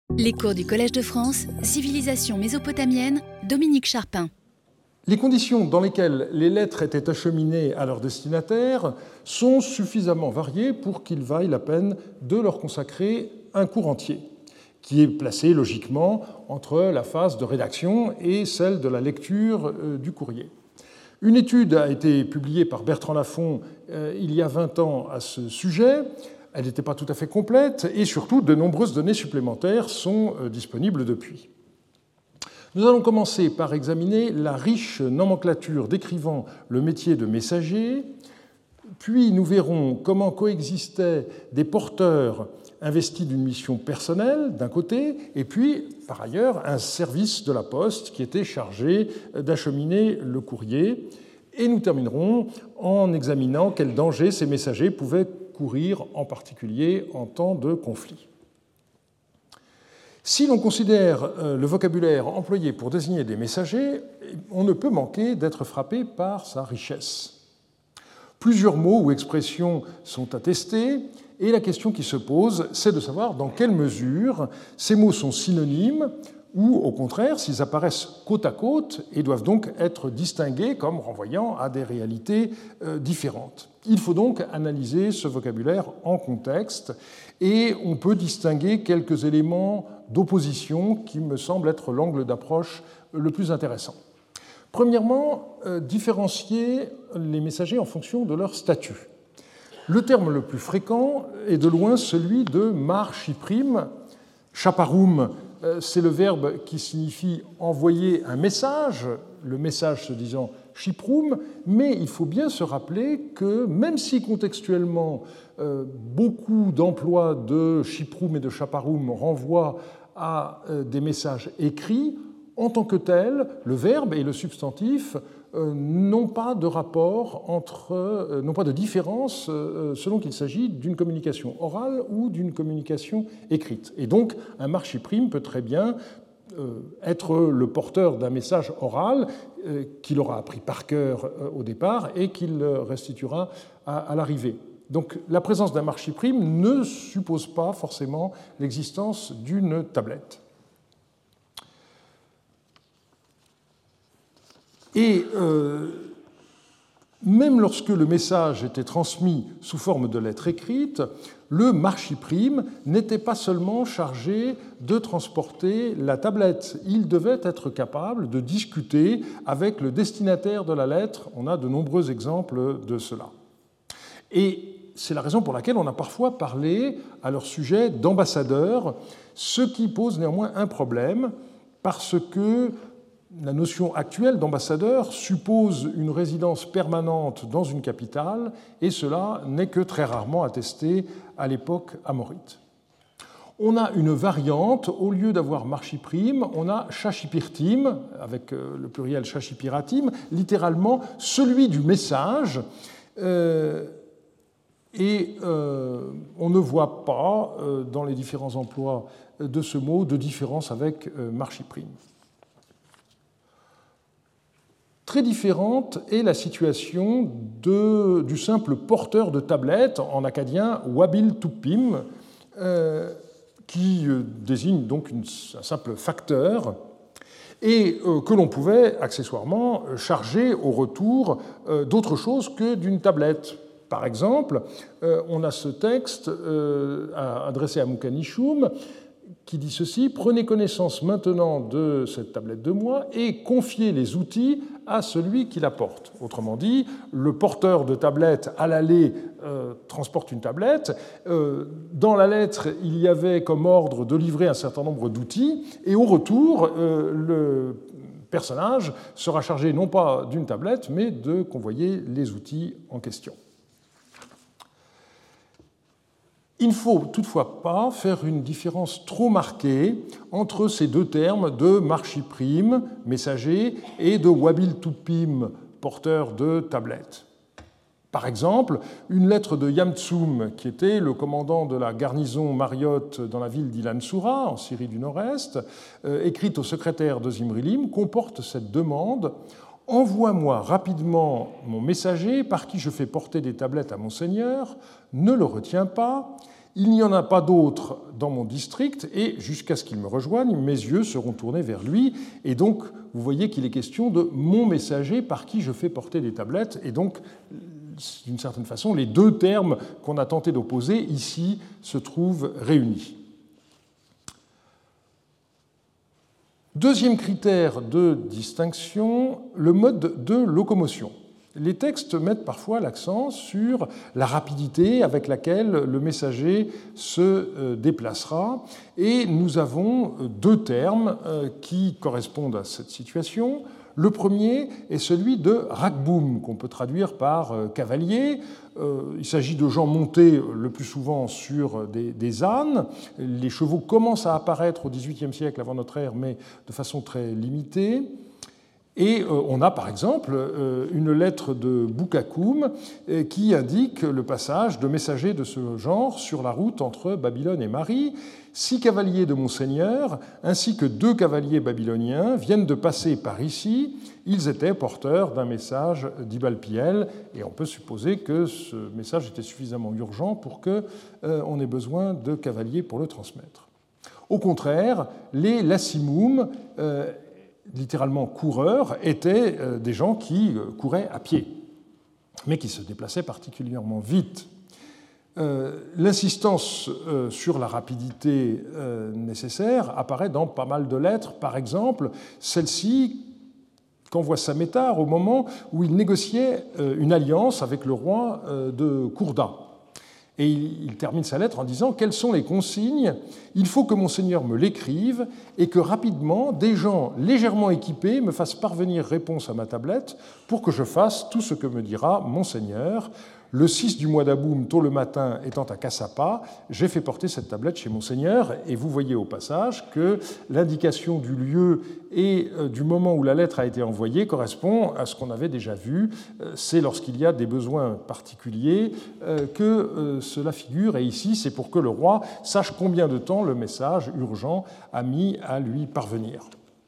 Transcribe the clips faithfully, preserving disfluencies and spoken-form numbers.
Les cours du Collège de France, Civilisation mésopotamienne, Dominique Charpin. Les conditions dans lesquelles les lettres étaient acheminées à leur destinataire sont suffisamment variées pour qu'il vaille la peine de leur consacrer un cours entier, qui est placé logiquement entre la phase de rédaction et celle de la lecture du courrier. Une étude a été publiée par Bertrand Lafont euh, il y a vingt ans à ce sujet. Elle n'était pas tout à fait complète et surtout de nombreuses données supplémentaires sont euh, disponibles depuis. Nous allons commencer par examiner la riche nomenclature décrivant le métier de messager, puis nous verrons comment coexistaient des porteurs investis d'une mission personnelle d'un côté, et puis par ailleurs un service de la Poste qui était chargé d'acheminer le courrier. Et nous terminerons en examinant quels dangers ces messagers pouvaient courir, en particulier en temps de conflit. Si l'on considère le vocabulaire employé pour désigner des messagers, on ne peut manquer d'être frappé par sa richesse. Plusieurs mots ou expressions sont attestés, et la question qui se pose, c'est de savoir dans quelle mesure ces mots sont synonymes ou, au contraire, s'ils apparaissent côte à côte et doivent donc être distingués comme renvoyant à des réalités différentes. Il faut donc analyser ce vocabulaire en contexte, et on peut distinguer quelques éléments d'opposition qui me semblent être l'angle d'approche le plus intéressant. Premièrement, euh, différencier les messagers en fonction de leur statut. Le terme le plus fréquent est de loin celui de mar shiprime. Chaparum, euh, c'est le verbe qui signifie envoyer un message, le message se disant shiprum, mais il faut bien se rappeler que même si contextuellement euh, beaucoup d'emplois de shiprum et de chaparum renvoient à euh, des messages écrits, en tant que tel, le verbe et le substantif euh, n'ont pas de rapport entre, euh, n'ont pas de différence euh, selon qu'il s'agit d'une communication orale ou d'une communication écrite. Et donc, un mar shiprime peut très bien euh, être le porteur d'un message oral euh, qu'il aura appris par cœur euh, au départ et qu'il restituera à, à l'arrivée. Donc, la présence d'un mar shiprime ne suppose pas forcément l'existence d'une tablette. Et euh, même lorsque le message était transmis sous forme de lettres écrites, le mar shiprime n'était pas seulement chargé de transporter la tablette. Il devait être capable de discuter avec le destinataire de la lettre. On a de nombreux exemples de cela. Et c'est la raison pour laquelle on a parfois parlé à leur sujet d'ambassadeurs, ce qui pose néanmoins un problème, parce que la notion actuelle d'ambassadeur suppose une résidence permanente dans une capitale, et cela n'est que très rarement attesté à l'époque amorite. On a une variante, au lieu d'avoir mar shiprime, on a shashipirtim, avec le pluriel shashipiratim, littéralement celui du message, euh, et euh, on ne voit pas, euh, dans les différents emplois de ce mot, de différence avec euh, mar shiprime. Très différente est la situation de, du simple porteur de tablette, en acadien wabil tupim, euh, qui désigne donc une, un simple facteur, et euh, que l'on pouvait accessoirement charger au retour euh, d'autre chose que d'une tablette. Par exemple, euh, on a ce texte euh, adressé à Mukanishum, qui dit ceci: « Prenez connaissance maintenant de cette tablette de moi et confiez les outils à celui qui la porte. » Autrement dit, le porteur de tablette à l'aller euh, transporte une tablette. Euh, dans la lettre, il y avait comme ordre de livrer un certain nombre d'outils, et au retour, euh, le personnage sera chargé non pas d'une tablette, mais de convoyer les outils en question. Il ne faut toutefois pas faire une différence trop marquée entre ces deux termes de mar shiprime, messager, et de wabil tupim, porteur de tablette. Par exemple, une lettre de Yamtsum, qui était le commandant de la garnison mariotte dans la ville d'Ilan-Soura, en Syrie du Nord-Est, euh, écrite au secrétaire de Zimrilim, comporte cette demande: « Envoie-moi rapidement mon messager par qui je fais porter des tablettes à mon seigneur, ne le retiens pas. Il n'y en a pas d'autres dans mon district, et jusqu'à ce qu'il me rejoigne, mes yeux seront tournés vers lui. Et donc, vous voyez qu'il est question de mon messager par qui je fais porter des tablettes. Et donc, d'une certaine façon, les deux termes qu'on a tenté d'opposer ici se trouvent réunis. Deuxième critère de distinction, le mode de locomotion. Les textes mettent parfois l'accent sur la rapidité avec laquelle le messager se déplacera, et nous avons deux termes qui correspondent à cette situation. Le premier est celui de rakboum, qu'on peut traduire par cavalier. Il s'agit de gens montés le plus souvent sur des, des ânes. Les chevaux commencent à apparaître au dix-huitième siècle avant notre ère, mais de façon très limitée. Et on a par exemple une lettre de Boukakoum qui indique le passage de messagers de ce genre sur la route entre Babylone et Marie. Six cavaliers de mon seigneur, ainsi que deux cavaliers babyloniens, viennent de passer par ici. Ils étaient porteurs d'un message d'Ibalpiel, et on peut supposer que ce message était suffisamment urgent pour qu'on ait besoin de cavaliers pour le transmettre. Au contraire, les Lassimoum, euh, littéralement coureurs, étaient des gens qui couraient à pied, mais qui se déplaçaient particulièrement vite. Euh, l'insistance euh, sur la rapidité euh, nécessaire apparaît dans pas mal de lettres. Par exemple, celle-ci qu'envoie Samétar au moment où il négociait euh, une alliance avec le roi euh, de Kourda. Et il, il termine sa lettre en disant « Quelles sont les consignes ? Il faut que mon seigneur me l'écrive et que rapidement des gens légèrement équipés me fassent parvenir réponse à ma tablette pour que je fasse tout ce que me dira mon seigneur. » Le six du mois d'Aboum, tôt le matin, étant à Kassapa, j'ai fait porter cette tablette chez mon seigneur, et vous voyez au passage que l'indication du lieu et du moment où la lettre a été envoyée correspond à ce qu'on avait déjà vu. C'est lorsqu'il y a des besoins particuliers que cela figure, et ici c'est pour que le roi sache combien de temps le message urgent a mis à lui parvenir.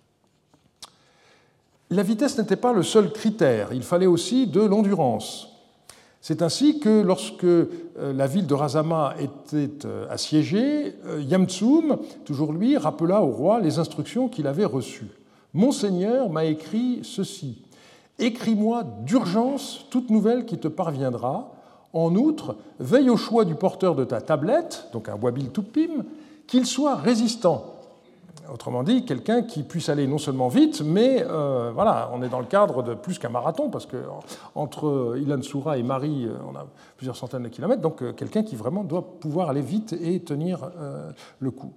La vitesse n'était pas le seul critère, il fallait aussi de l'endurance. C'est ainsi que lorsque la ville de Razama était assiégée, Yamtsoum, toujours lui, rappela au roi les instructions qu'il avait reçues. « Monseigneur m'a écrit ceci. Écris-moi d'urgence toute nouvelle qui te parviendra. En outre, veille au choix du porteur de ta tablette, donc un Wabil Tuppim, qu'il soit résistant. » Autrement dit, quelqu'un qui puisse aller non seulement vite, mais euh, voilà, on est dans le cadre de plus qu'un marathon, parce qu'entre Ilan Soura et Marie, on a plusieurs centaines de kilomètres, donc euh, quelqu'un qui vraiment doit pouvoir aller vite et tenir euh, le coup.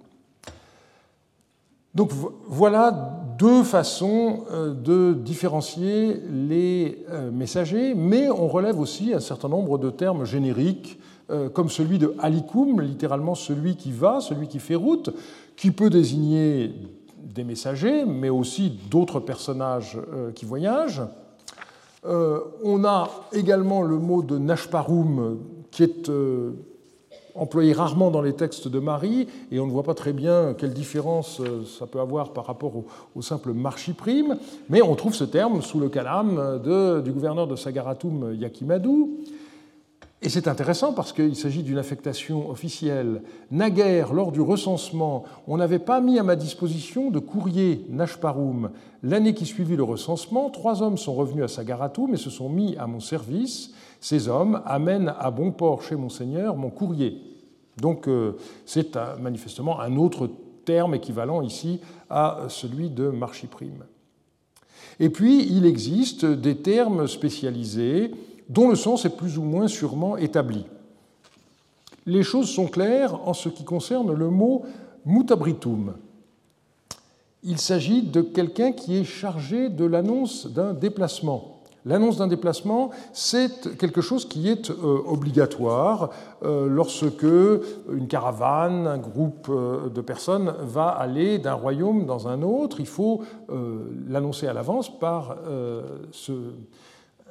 Donc voilà deux façons euh, de différencier les euh, messagers, mais on relève aussi un certain nombre de termes génériques, euh, comme celui de Alikoum, littéralement celui qui va, celui qui fait route, qui peut désigner des messagers, mais aussi d'autres personnages qui voyagent. Euh, on a également le mot de Nashparum, qui est euh, employé rarement dans les textes de Marie, et on ne voit pas très bien quelle différence ça peut avoir par rapport au, au simple marchiprime, mais on trouve ce terme sous le calame de, du gouverneur de Sagaratum, Yakimadou. Et c'est intéressant parce qu'il s'agit d'une affectation officielle. Naguère, lors du recensement, on n'avait pas mis à ma disposition de courrier Nashparum. L'année qui suivit le recensement, trois hommes sont revenus à Sagaratum et se sont mis à mon service. Ces hommes amènent à bon port chez mon seigneur mon courrier. Donc euh, c'est un, manifestement un autre terme équivalent ici à celui de marchiprime. Et puis, il existe des termes spécialisés dont le sens est plus ou moins sûrement établi. Les choses sont claires en ce qui concerne le mot mutabritum. Il s'agit de quelqu'un qui est chargé de l'annonce d'un déplacement. L'annonce d'un déplacement, c'est quelque chose qui est euh, obligatoire euh, lorsque une caravane, un groupe euh, de personnes va aller d'un royaume dans un autre. Il faut euh, l'annoncer à l'avance par euh, ce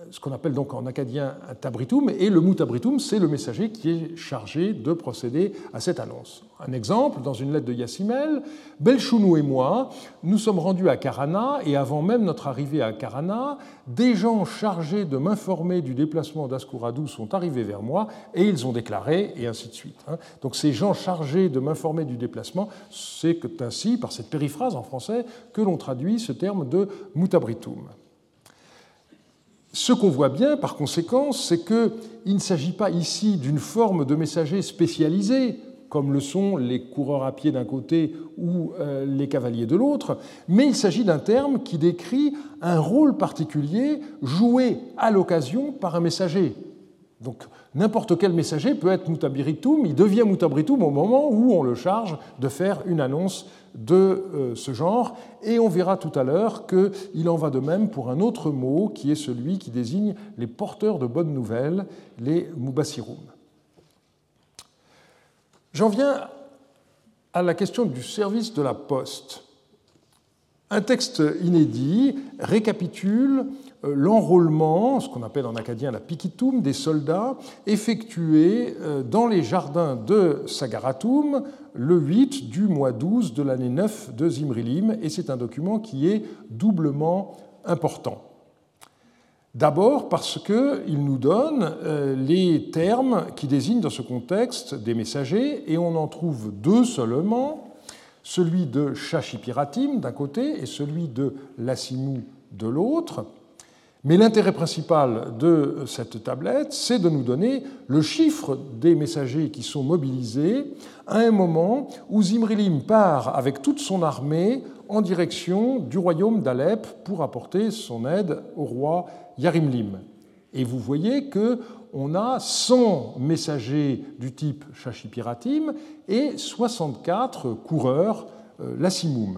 ce qu'on appelle donc en acadien un tabritum, et le mutabritum, c'est le messager qui est chargé de procéder à cette annonce. Un exemple, dans une lettre de Yassimel, Belchounou et moi, nous sommes rendus à Karana, et avant même notre arrivée à Karana, des gens chargés de m'informer du déplacement d'Askouradou sont arrivés vers moi, et ils ont déclaré, et ainsi de suite. Donc ces gens chargés de m'informer du déplacement, c'est ainsi, par cette périphrase en français, que l'on traduit ce terme de mutabritum. Ce qu'on voit bien, par conséquent, c'est qu'il ne s'agit pas ici d'une forme de messager spécialisé, comme le sont les coureurs à pied d'un côté ou euh, les cavaliers de l'autre, mais il s'agit d'un terme qui décrit un rôle particulier joué à l'occasion par un messager. Donc n'importe quel messager peut être mutabritum, il devient mutabritum au moment où on le charge de faire une annonce de euh, ce genre, et on verra tout à l'heure qu'il en va de même pour un autre mot qui est celui qui désigne les porteurs de bonnes nouvelles, les mubassirum. J'en viens à la question du service de la poste. Un texte inédit récapitule l'enrôlement, ce qu'on appelle en acadien la piquitum, des soldats effectués dans les jardins de Sagaratum le huit du mois douze de l'année neuf de Zimrilim, et c'est un document qui est doublement important. D'abord parce qu'il nous donne les termes qui désignent dans ce contexte des messagers, et on en trouve deux seulement, celui de Shashipiratim d'un côté et celui de Lassimou de l'autre. Mais l'intérêt principal de cette tablette, c'est de nous donner le chiffre des messagers qui sont mobilisés à un moment où Zimrilim part avec toute son armée en direction du royaume d'Alep pour apporter son aide au roi Yarimlim. Et vous voyez qu'on a cent messagers du type Shashipiratim et soixante-quatre coureurs euh, Lassimum.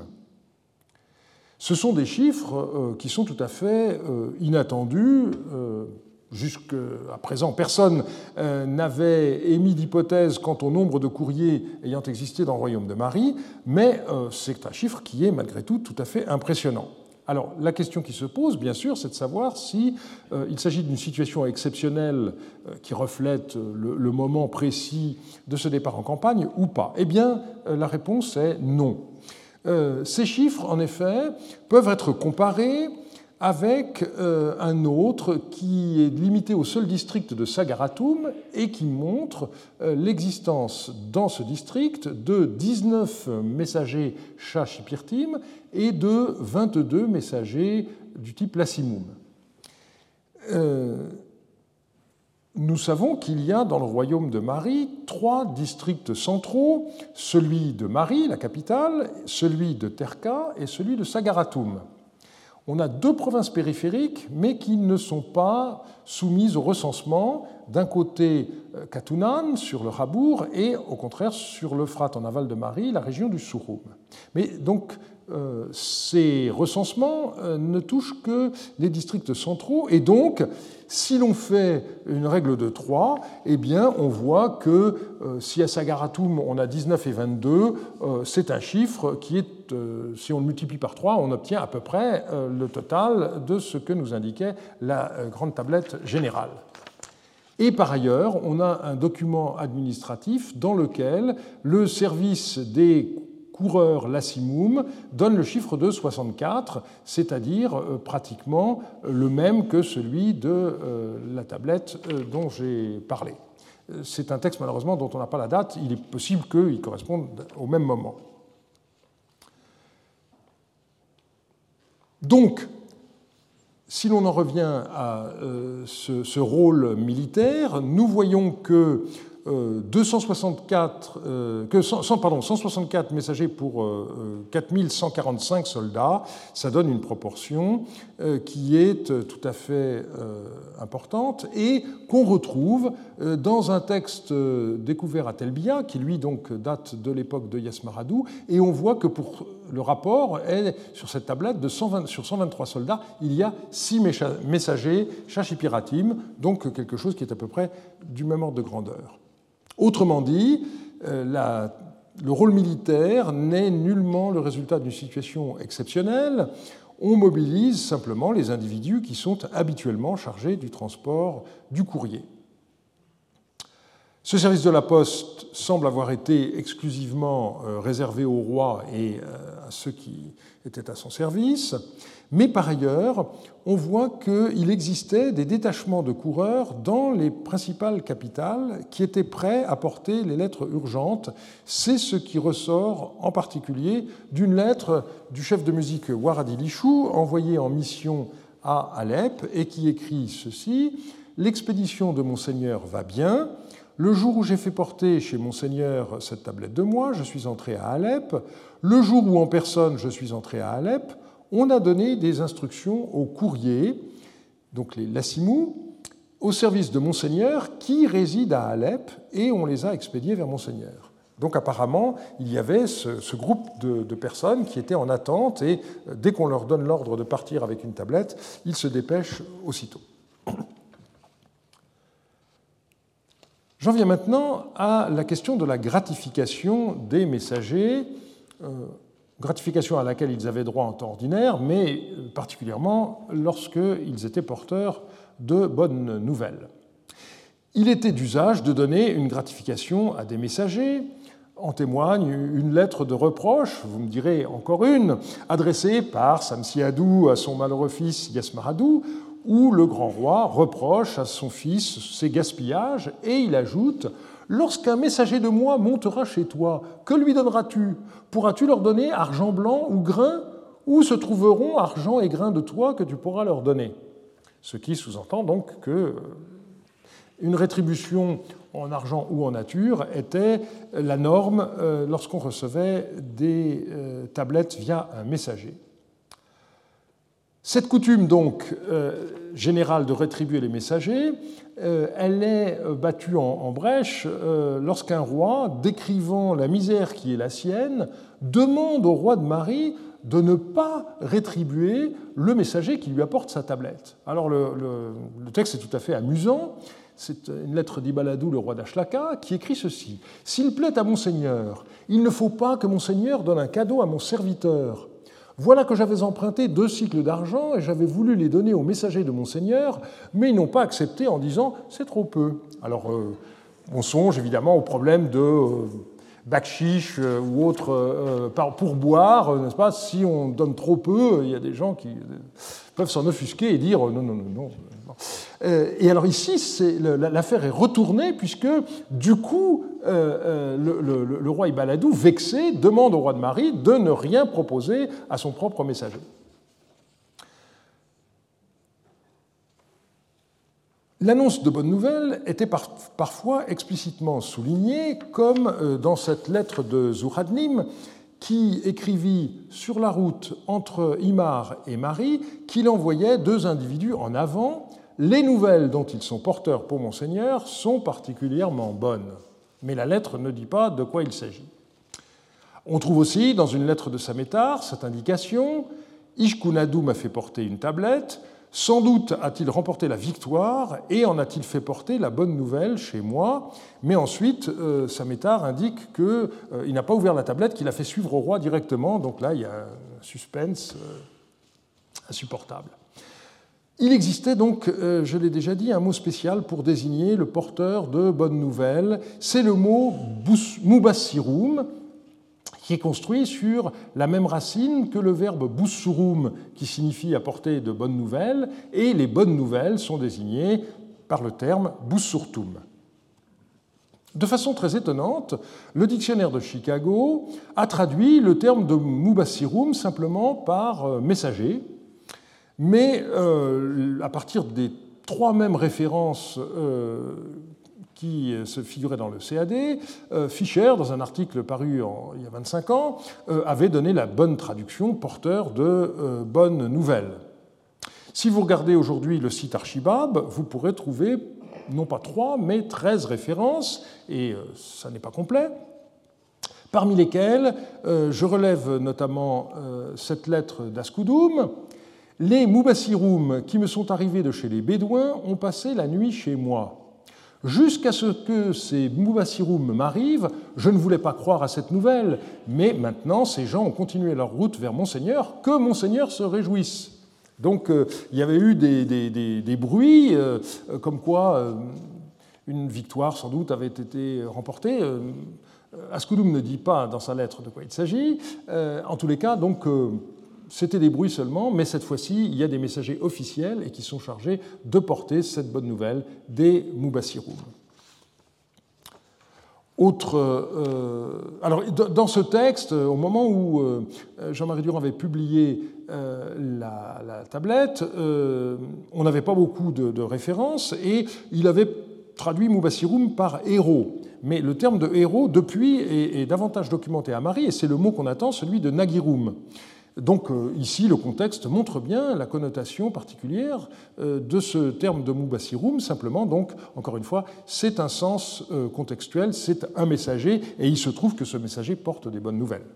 Ce sont des chiffres euh, qui sont tout à fait euh, inattendus. Euh, Jusqu'à présent, personne euh, n'avait émis d'hypothèse quant au nombre de courriers ayant existé dans le royaume de Mari, mais euh, c'est un chiffre qui est malgré tout tout à fait impressionnant. Alors, la question qui se pose, bien sûr, c'est de savoir si euh, il s'agit d'une situation exceptionnelle euh, qui reflète le, le moment précis de ce départ en campagne ou pas. Eh bien, euh, la réponse est non. Euh, ces chiffres, en effet, peuvent être comparés avec euh, un autre qui est limité au seul district de Sagaratum et qui montre euh, l'existence dans ce district de dix-neuf messagers Shashipirtim et de vingt-deux messagers du type Lassimum. Euh, Nous savons qu'il y a dans le royaume de Mari trois districts centraux, celui de Mari, la capitale, celui de Terka et celui de Sagaratum. On a deux provinces périphériques, mais qui ne sont pas soumises au recensement. D'un côté, Katunan, sur le Habour, et au contraire, sur l'Euphrate, en aval de Mari, la région du Souroum. Mais donc, euh, ces recensements euh, ne touchent que les districts centraux, et donc, si l'on fait une règle de trois, eh bien, on voit que euh, si à Sagaratum on a dix-neuf et vingt-deux, euh, c'est un chiffre qui est, euh, si on le multiplie par trois, on obtient à peu près euh, le total de ce que nous indiquait la euh, grande tablette générale. Et par ailleurs, on a un document administratif dans lequel le service des coureurs Lassimum donne le chiffre de soixante-quatre, c'est-à-dire euh, pratiquement le même que celui de euh, la tablette euh, dont j'ai parlé. C'est un texte malheureusement dont on n'a pas la date, il est possible qu'il corresponde au même moment. Donc, si l'on en revient à euh, ce, ce rôle militaire, nous voyons que Euh, deux cent soixante-quatre, euh, que cent, pardon, cent soixante-quatre messagers pour euh, quatre mille cent quarante-cinq soldats, ça donne une proportion euh, qui est euh, tout à fait euh, importante et qu'on retrouve euh, dans un texte euh, découvert à Telbia, qui lui donc date de l'époque de Yasmaradou, et on voit que pour le rapport est sur cette tablette de cent vingt, sur cent vingt-trois soldats, il y a six messagers Shashipiratim, donc quelque chose qui est à peu près du même ordre de grandeur. Autrement dit, la, le rôle militaire n'est nullement le résultat d'une situation exceptionnelle. on mobilise simplement les individus qui sont habituellement chargés du transport du courrier. Ce service de la poste semble avoir été exclusivement réservé au roi et à ceux qui étaient à son service, mais par ailleurs, on voit qu'il existait des détachements de coureurs dans les principales capitales qui étaient prêts à porter les lettres urgentes. C'est ce qui ressort en particulier d'une lettre du chef de musique Waradi Lichou, envoyée en mission à Alep, et qui écrit ceci : « L'expédition de Monseigneur va bien. Le jour où j'ai fait porter chez Monseigneur cette tablette de moi, je suis entré à Alep. Le jour où en personne je suis entré à Alep, on a donné des instructions au courrier, donc les lassimous, au service de Monseigneur qui réside à Alep, et on les a expédiés vers Monseigneur. » Donc apparemment, il y avait ce, ce groupe de, de personnes qui étaient en attente, et dès qu'on leur donne l'ordre de partir avec une tablette, ils se dépêchent aussitôt. J'en viens maintenant à la question de la gratification des messagers, euh, gratification à laquelle ils avaient droit en temps ordinaire, mais particulièrement lorsqu'ils étaient porteurs de bonnes nouvelles. Il était d'usage de donner une gratification à des messagers. En témoigne une lettre de reproche, vous me direz encore une, adressée par Samsiadou à son malheureux fils Yasmaradou, où le grand roi reproche à son fils ses gaspillages, et il ajoute « Lorsqu'un messager de moi montera chez toi, que lui donneras-tu ? Pourras-tu leur donner argent blanc ou grain ? Où se trouveront argent et grain de toi que tu pourras leur donner ?» Ce qui sous-entend donc que une rétribution en argent ou en nature était la norme lorsqu'on recevait des tablettes via un messager. Cette coutume donc euh, générale de rétribuer les messagers, euh, elle est battue en, en brèche euh, lorsqu'un roi, décrivant la misère qui est la sienne, demande au roi de Mari de ne pas rétribuer le messager qui lui apporte sa tablette. Alors le, le, le texte est tout à fait amusant. C'est une lettre d'Ibaladou, le roi d'Ashlaka, qui écrit ceci : « S'il plaît à Monseigneur, il ne faut pas que Monseigneur donne un cadeau à mon serviteur. Voilà que j'avais emprunté deux cycles d'argent et j'avais voulu les donner aux messagers de Monseigneur, mais ils n'ont pas accepté en disant « c'est trop peu ». Alors, euh, on songe évidemment au problème de euh, bakshish euh, ou autre euh, pourboire, euh, n'est-ce pas ? Si on donne trop peu, il y a des gens qui euh, peuvent s'en offusquer et dire « non, non, non, non ». Et alors ici, c'est, l'affaire est retournée puisque du coup, euh, le, le, le roi Ibaladou, vexé, demande au roi de Mari de ne rien proposer à son propre messager. L'annonce de bonnes nouvelles était par, parfois explicitement soulignée, comme dans cette lettre de Zuhadnim, qui écrivit sur la route entre Imar et Mari qu'il envoyait deux individus en avant. Les nouvelles dont ils sont porteurs pour Monseigneur sont particulièrement bonnes, mais la lettre ne dit pas de quoi il s'agit. On trouve aussi dans une lettre de Samétar cette indication : Ishkunadou m'a fait porter une tablette, sans doute a-t-il remporté la victoire et en a-t-il fait porter la bonne nouvelle chez moi. Mais ensuite, euh, Samétar indique qu'il euh, n'a pas ouvert la tablette, qu'il a fait suivre au roi directement, donc là il y a un suspense euh, insupportable. Il existait donc, euh, je l'ai déjà dit, un mot spécial pour désigner le porteur de bonnes nouvelles. C'est le mot mubassirum, qui est construit sur la même racine que le verbe bussurum, qui signifie apporter de bonnes nouvelles, et les bonnes nouvelles sont désignées par le terme bussurtum. De façon très étonnante, le dictionnaire de Chicago a traduit le terme de mubassirum simplement par messager, mais euh, à partir des trois mêmes références euh, qui se figuraient dans le C A D, euh, Fischer, dans un article paru en, il y a vingt-cinq ans, euh, avait donné la bonne traduction, porteur de euh, bonnes nouvelles. Si vous regardez aujourd'hui le site Archibab, vous pourrez trouver non pas trois, mais treize références, et euh, ça n'est pas complet, parmi lesquelles euh, je relève notamment euh, cette lettre d'Askoudoum. Les mubassirum qui me sont arrivés de chez les Bédouins ont passé la nuit chez moi. Jusqu'à ce que ces Mubassiroum m'arrivent, je ne voulais pas croire à cette nouvelle, mais maintenant ces gens ont continué leur route vers Monseigneur, que Monseigneur se réjouisse. Donc euh, il y avait eu des, des, des, des bruits, euh, comme quoi euh, une victoire sans doute avait été remportée. Euh, Askoudoum ne dit pas dans sa lettre de quoi il s'agit. Euh, en tous les cas, donc, euh, c'était des bruits seulement, mais cette fois-ci, il y a des messagers officiels et qui sont chargés de porter cette bonne nouvelle des Mubassiroum. Autre, euh, alors, dans ce texte, au moment où euh, Jean-Marie Durand avait publié euh, la, la tablette, euh, on n'avait pas beaucoup de, de références et il avait traduit Mubassiroum par héros. Mais le terme de héros, depuis, est, est davantage documenté à Mari, et c'est le mot qu'on attend, celui de Nagirum. Donc euh, ici, le contexte montre bien la connotation particulière euh, de ce terme de Mubassiroum. Simplement, donc, encore une fois, c'est un sens euh, contextuel, c'est un messager, et il se trouve que ce messager porte des bonnes nouvelles.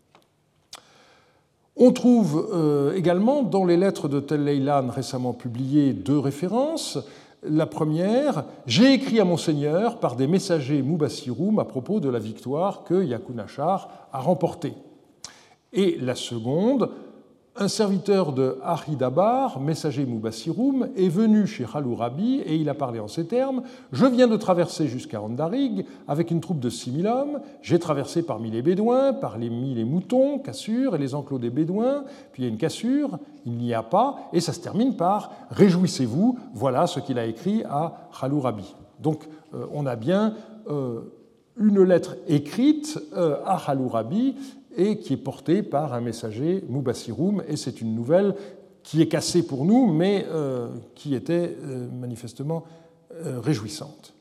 On trouve euh, également dans les lettres de Tel Leilan récemment publiées deux références. La première, j'ai écrit à Monseigneur par des messagers Mubassiroum à propos de la victoire que Yakunachar a remportée. Et la seconde, un serviteur de Aridabar, messager Mubassiroum, est venu chez Khalourabi et il a parlé en ces termes. Je viens de traverser jusqu'à Andarig avec une troupe de six mille hommes. J'ai traversé parmi les Bédouins, parmi les moutons, cassures et les enclos des Bédouins. Puis il y a une cassure, il n'y a pas, et ça se termine par « Réjouissez-vous ». Voilà ce qu'il a écrit à Khalourabi. Donc euh, on a bien euh, une lettre écrite euh, à Khalourabi et qui est portée par un messager Mubassiroum, et c'est une nouvelle qui est cassée pour nous, mais euh, qui était euh, manifestement euh, réjouissante.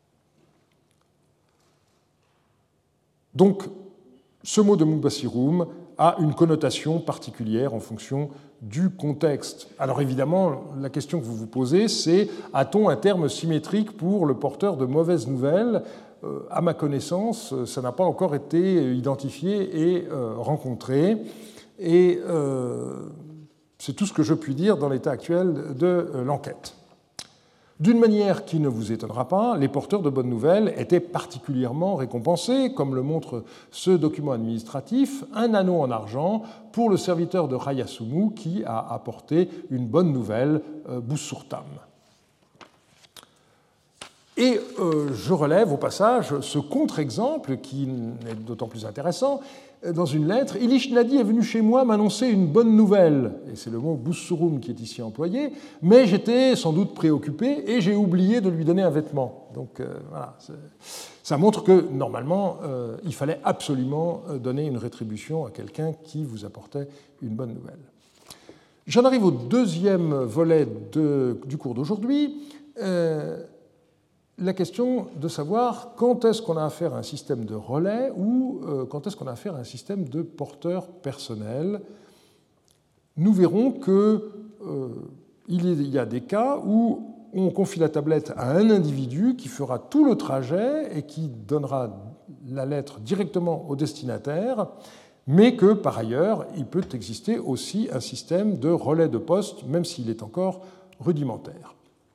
Donc, ce mot de Mubassiroum a une connotation particulière en fonction du contexte. Alors évidemment, la question que vous vous posez, c'est a-t-on un terme symétrique pour le porteur de mauvaises nouvelles ? Euh, à ma connaissance, ça n'a pas encore été identifié et euh, rencontré. Et euh, c'est tout ce que je puis dire dans l'état actuel de euh, l'enquête. D'une manière qui ne vous étonnera pas, les porteurs de bonnes nouvelles étaient particulièrement récompensés, comme le montre ce document administratif, un anneau en argent pour le serviteur de Rayasumu qui a apporté une bonne nouvelle, euh, Boussourtam. Et euh, je relève au passage ce contre-exemple, qui est d'autant plus intéressant, dans une lettre. Ilish Nadi est venu chez moi m'annoncer une bonne nouvelle, et c'est le mot Boussourум qui est ici employé, mais j'étais sans doute préoccupé et j'ai oublié de lui donner un vêtement. Donc euh, voilà, ça montre que normalement, euh, il fallait absolument donner une rétribution à quelqu'un qui vous apportait une bonne nouvelle. J'en arrive au deuxième volet de, du cours d'aujourd'hui. Euh, La question de savoir quand est-ce qu'on a affaire à un système de relais ou euh, quand est-ce qu'on a affaire à un système de porteur personnel. Nous verrons qu'il euh, y a des cas où on confie la tablette à un individu qui fera tout le trajet et qui donnera la lettre directement au destinataire, mais que par ailleurs, il peut exister aussi un système de relais de poste, même s'il est encore rudimentaire.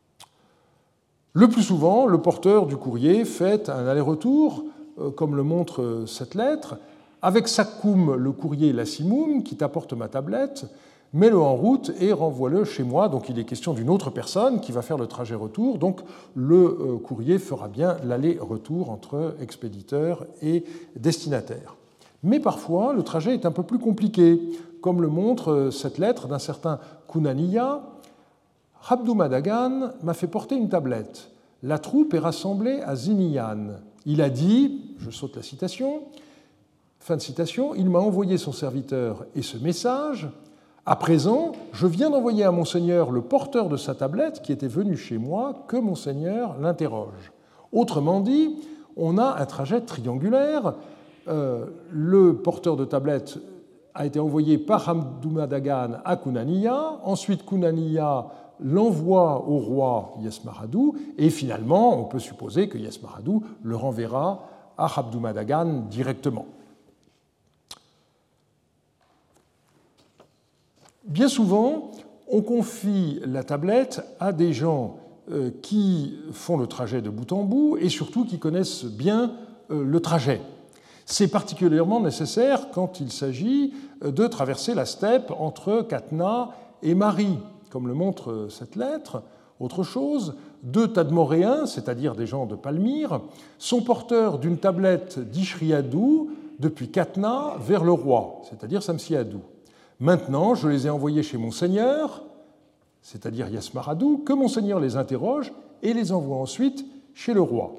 Le plus souvent, le porteur du courrier fait un aller-retour, comme le montre cette lettre, avec Sakkoum, le courrier Lassimum, qui t'apporte ma tablette, mets-le en route et renvoie-le chez moi. Donc il est question d'une autre personne qui va faire le trajet retour. Donc le courrier fera bien l'aller-retour entre expéditeur et destinataire. Mais parfois, le trajet est un peu plus compliqué, comme le montre cette lettre d'un certain Kunaniya. Abdou Madagan m'a fait porter une tablette. La troupe est rassemblée à Ziniyan. Il a dit, je saute la citation, fin de citation, il m'a envoyé son serviteur et ce message. À présent, je viens d'envoyer à Monseigneur le porteur de sa tablette qui était venu chez moi, que Monseigneur l'interroge. Autrement dit, on a un trajet triangulaire. Euh, le porteur de tablette a été envoyé par Abdou Madagan à Kunaniya. Ensuite, Kunaniya l'envoie au roi Yesmaradou, et finalement, on peut supposer que Yesmaradou le renverra à Abdou Madagan directement. Bien souvent, on confie la tablette à des gens euh, qui font le trajet de bout en bout et surtout qui connaissent bien euh, le trajet. C'est particulièrement nécessaire quand il s'agit de traverser la steppe entre Catna et Mari, comme le montre cette lettre. Autre chose, deux Tadmoréens, c'est-à-dire des gens de Palmyre, sont porteurs d'une tablette d'Ishriadou depuis Catna vers le roi, c'est-à-dire Samsiadou. Maintenant, je les ai envoyés chez mon seigneur, c'est-à-dire Yasmaradou, que mon seigneur les interroge et les envoie ensuite chez le roi.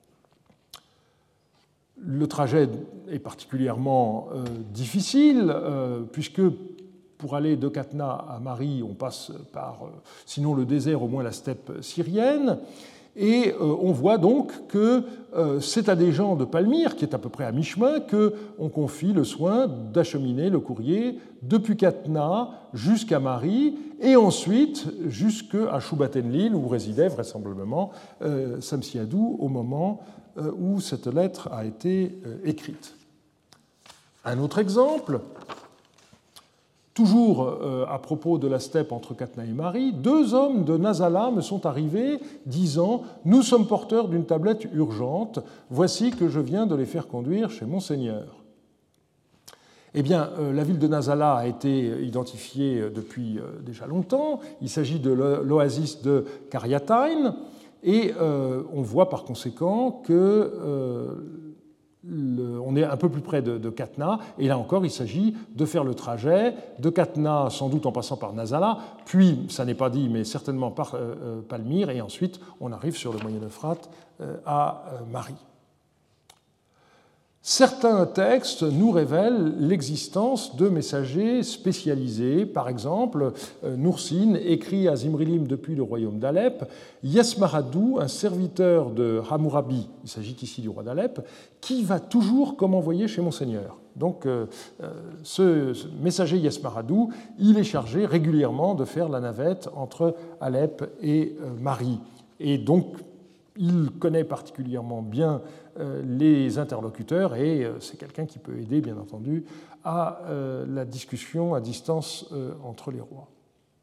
Le trajet est particulièrement euh, difficile, euh, puisque pour aller de Catna à Mari, on passe par, euh, sinon le désert, au moins la steppe syrienne. Et euh, on voit donc que euh, c'est à des gens de Palmyre, qui est à peu près à mi-chemin, qu'on confie le soin d'acheminer le courrier depuis Catna jusqu'à Mari, et ensuite jusqu'à Choubat-Enlil, où résidait vraisemblablement euh, Samsiadou au moment où cette lettre a été écrite. Un autre exemple, toujours à propos de la steppe entre Catna et Mari, deux hommes de Nazala me sont arrivés disant « Nous sommes porteurs d'une tablette urgente, voici que je viens de les faire conduire chez mon seigneur. » Eh bien, la ville de Nazala a été identifiée depuis déjà longtemps. Il s'agit de l'oasis de Karyatayn. Et euh, on voit par conséquent qu'on euh, est un peu plus près de, de Catna, et là encore il s'agit de faire le trajet de Catna, sans doute en passant par Nazala, puis, ça n'est pas dit, mais certainement par euh, Palmyre, et ensuite on arrive sur le Moyen Euphrate euh, à euh, Mari. Certains textes nous révèlent l'existence de messagers spécialisés. Par exemple, Noursin écrit à Zimrilim depuis le royaume d'Alep, Yasmaradou, un serviteur de Hammurabi, il s'agit ici du roi d'Alep, qui va toujours comme envoyé chez mon seigneur. Donc ce messager Yasmaradou, il est chargé régulièrement de faire la navette entre Alep et Mari. Et donc, il connaît particulièrement bien les interlocuteurs et c'est quelqu'un qui peut aider, bien entendu, à la discussion à distance entre les rois.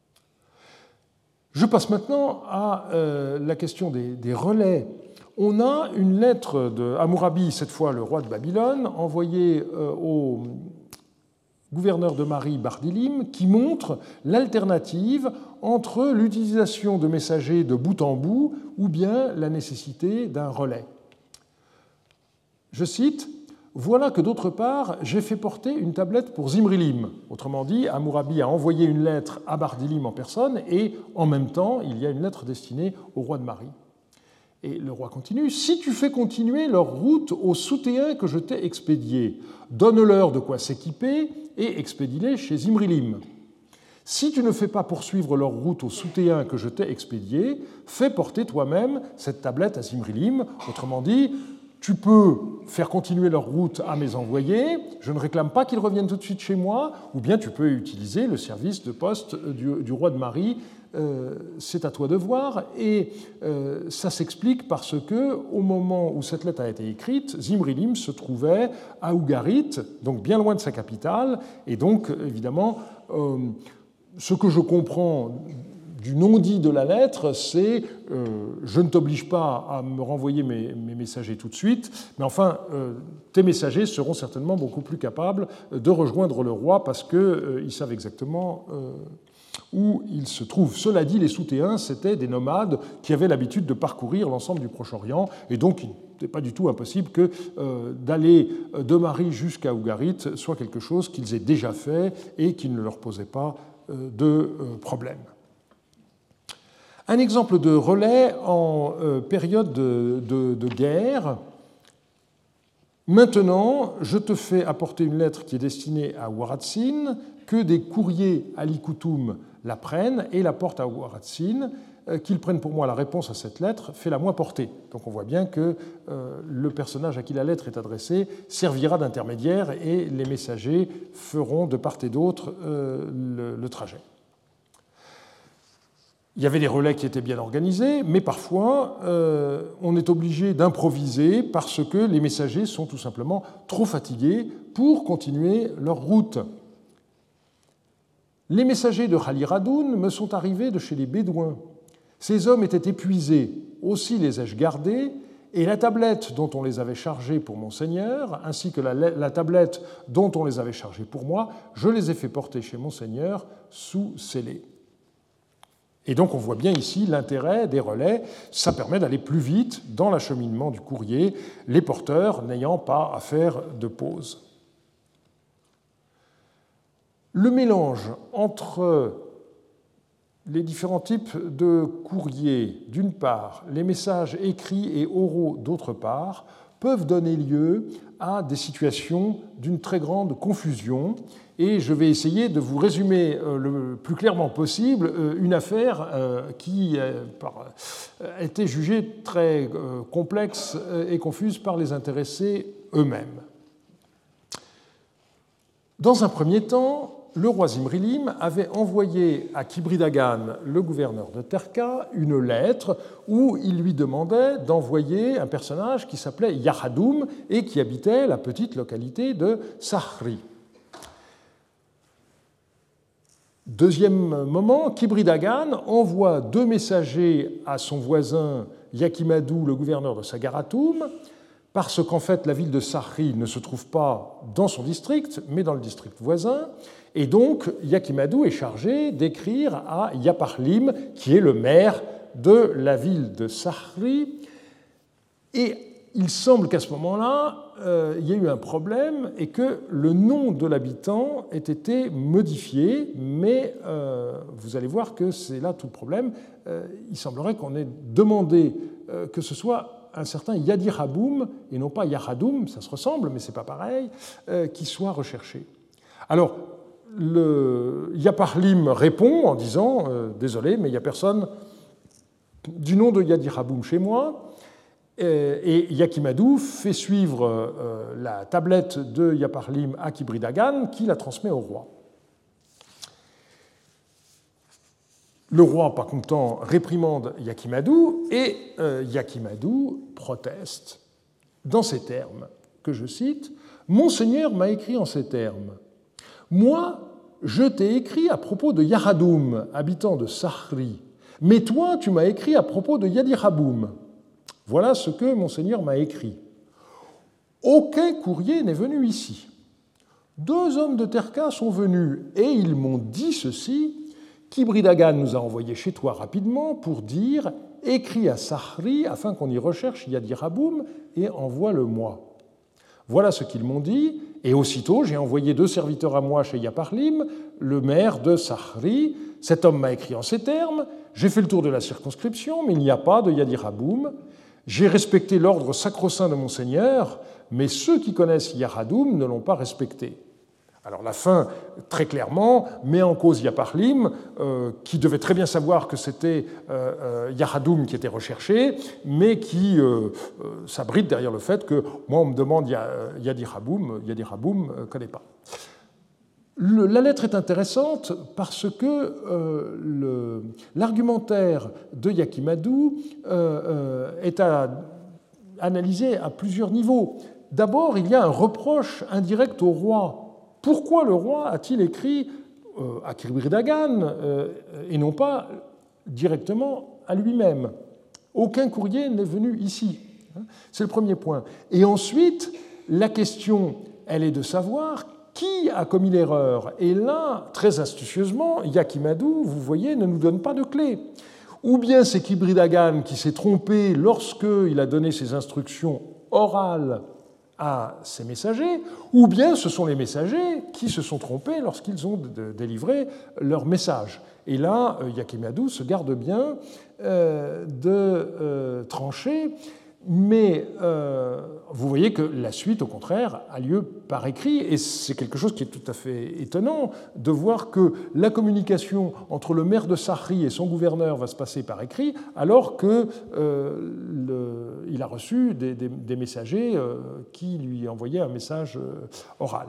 Je passe maintenant à la question des, des relais. On a une lettre de Hammurabi, cette fois le roi de Babylone, envoyée au gouverneur de Mari, Bardilim, qui montre l'alternative entre l'utilisation de messagers de bout en bout ou bien la nécessité d'un relais. Je cite, « Voilà que d'autre part, j'ai fait porter une tablette pour Zimrilim. » Autrement dit, Hammurabi a envoyé une lettre à Bardilim en personne et en même temps, il y a une lettre destinée au roi de Mari. Et le roi continue, « Si tu fais continuer leur route aux soutéens que je t'ai expédiés, donne-leur de quoi s'équiper et expédie-les chez Zimrilim. Si tu ne fais pas poursuivre leur route aux soutéens que je t'ai expédiés, fais porter toi-même cette tablette à Zimrilim. » Autrement dit, tu peux faire continuer leur route à mes envoyés, je ne réclame pas qu'ils reviennent tout de suite chez moi, ou bien tu peux utiliser le service de poste du, du roi de Mari, euh, c'est à toi de voir. Et euh, ça s'explique parce que, au moment où cette lettre a été écrite, Zimrilim se trouvait à Ougarit, donc bien loin de sa capitale, et donc évidemment, euh, ce que je comprends du non-dit de la lettre, c'est euh, « je ne t'oblige pas à me renvoyer mes, mes messagers tout de suite, mais enfin, euh, tes messagers seront certainement beaucoup plus capables de rejoindre le roi parce qu'ils euh, savent exactement euh, où ils se trouvent. » Cela dit, les Soutéens, c'étaient des nomades qui avaient l'habitude de parcourir l'ensemble du Proche-Orient, et donc il n'était pas du tout impossible que euh, d'aller de Mari jusqu'à Ougarit soit quelque chose qu'ils aient déjà fait et qui ne leur posait pas euh, de euh, problème. Un exemple de relais en euh, période de, de, de guerre. Maintenant, je te fais apporter une lettre qui est destinée à Ouaratsin, que des courriers à Likoutoum la prennent et la portent à Ouaratsin, euh, qu'ils prennent pour moi la réponse à cette lettre, fais-la moi porter. Donc on voit bien que euh, le personnage à qui la lettre est adressée servira d'intermédiaire et les messagers feront de part et d'autre euh, le, le trajet. Il y avait des relais qui étaient bien organisés, mais parfois euh, on est obligé d'improviser parce que les messagers sont tout simplement trop fatigués pour continuer leur route. Les messagers de Khalil Radoun me sont arrivés de chez les Bédouins. Ces hommes étaient épuisés, aussi les ai-je gardés, et la tablette dont on les avait chargés pour Monseigneur, ainsi que la, la tablette dont on les avait chargés pour moi, je les ai fait porter chez Monseigneur sous scellé. Et donc on voit bien ici l'intérêt des relais, ça permet d'aller plus vite dans l'acheminement du courrier, les porteurs n'ayant pas à faire de pause. Le mélange entre les différents types de courriers, d'une part, les messages écrits et oraux, d'autre part, peuvent donner lieu à des situations d'une très grande confusion. Et je vais essayer de vous résumer le plus clairement possible une affaire qui a été jugée très complexe et confuse par les intéressés eux-mêmes. Dans un premier temps, le roi Zimrilim avait envoyé à Kibridagan, le gouverneur de Terka, une lettre où il lui demandait d'envoyer un personnage qui s'appelait Yahadoum et qui habitait la petite localité de Sahri. Deuxième moment, Kibridagan envoie deux messagers à son voisin Yakimadou, le gouverneur de Sagaratoum, parce qu'en fait la ville de Sahri ne se trouve pas dans son district, mais dans le district voisin. Et donc, Yakimadou est chargé d'écrire à Yaparlim, qui est le maire de la ville de Sahri. Et il semble qu'à ce moment-là, euh, il y a eu un problème et que le nom de l'habitant ait été modifié, mais euh, vous allez voir que c'est là tout le problème. Euh, il semblerait qu'on ait demandé euh, que ce soit un certain Yadiraboum, et non pas Yahadoum, ça se ressemble, mais ce n'est pas pareil, euh, qui soit recherché. Alors, le Yaparlim répond en disant euh, « Désolé, mais il n'y a personne du nom de Yadiraboum chez moi ». Et Yakimadou fait suivre euh, la tablette de Yaparlim à Kibridagan, qui la transmet au roi. Le roi, pas content, réprimande Yakimadou, et euh, Yakimadou proteste dans ces termes, que je cite, « Monseigneur m'a écrit en ces termes. Moi, je t'ai écrit à propos de Yahadoum, habitant de Sahri, mais toi, tu m'as écrit à propos de Yadiraboum. Voilà ce que Monseigneur m'a écrit. Aucun courrier n'est venu ici. Deux hommes de Terka sont venus et ils m'ont dit ceci. Kibridagan nous a envoyé chez toi rapidement pour dire « Écris à Sahri afin qu'on y recherche Yadiraboum et envoie-le-moi. » Voilà ce qu'ils m'ont dit, et aussitôt j'ai envoyé deux serviteurs à moi chez Yaparlim, le maire de Sahri. Cet homme m'a écrit en ces termes. J'ai fait le tour de la circonscription, mais il n'y a pas de Yadiraboum. J'ai respecté l'ordre sacro-saint de Monseigneur, mais ceux qui connaissent Yahadoum ne l'ont pas respecté. Alors la fin, très clairement, met en cause Yaparlim, euh, qui devait très bien savoir que c'était euh, euh, Yahadoum qui était recherché, mais qui euh, euh, s'abrite derrière le fait que moi on me demande Yadiraboum, Yadiraboum ne euh, connaît pas. Le, la lettre est intéressante parce que euh, le, l'argumentaire de Yakimadou euh, euh, est à analyser à plusieurs niveaux. D'abord, il y a un reproche indirect au roi. Pourquoi le roi a-t-il écrit euh, à Kibridagan euh, et non pas directement à lui-même? Aucun courrier n'est venu ici. C'est le premier point. Et ensuite, la question, elle est de savoir qui a commis l'erreur. Et là, très astucieusement, Yakimadou, vous voyez, ne nous donne pas de clé. Ou bien c'est Kibridagan qui s'est trompé lorsqu'il a donné ses instructions orales à ses messagers, ou bien ce sont les messagers qui se sont trompés lorsqu'ils ont délivré leur message. Et là, Yakimadou se garde bien euh, de euh, trancher, mais euh, vous voyez que la suite, au contraire, a lieu par écrit, et c'est quelque chose qui est tout à fait étonnant de voir que la communication entre le maire de Sahri et son gouverneur va se passer par écrit, alors qu'il euh, a reçu des, des, des messagers euh, qui lui envoyaient un message euh, oral.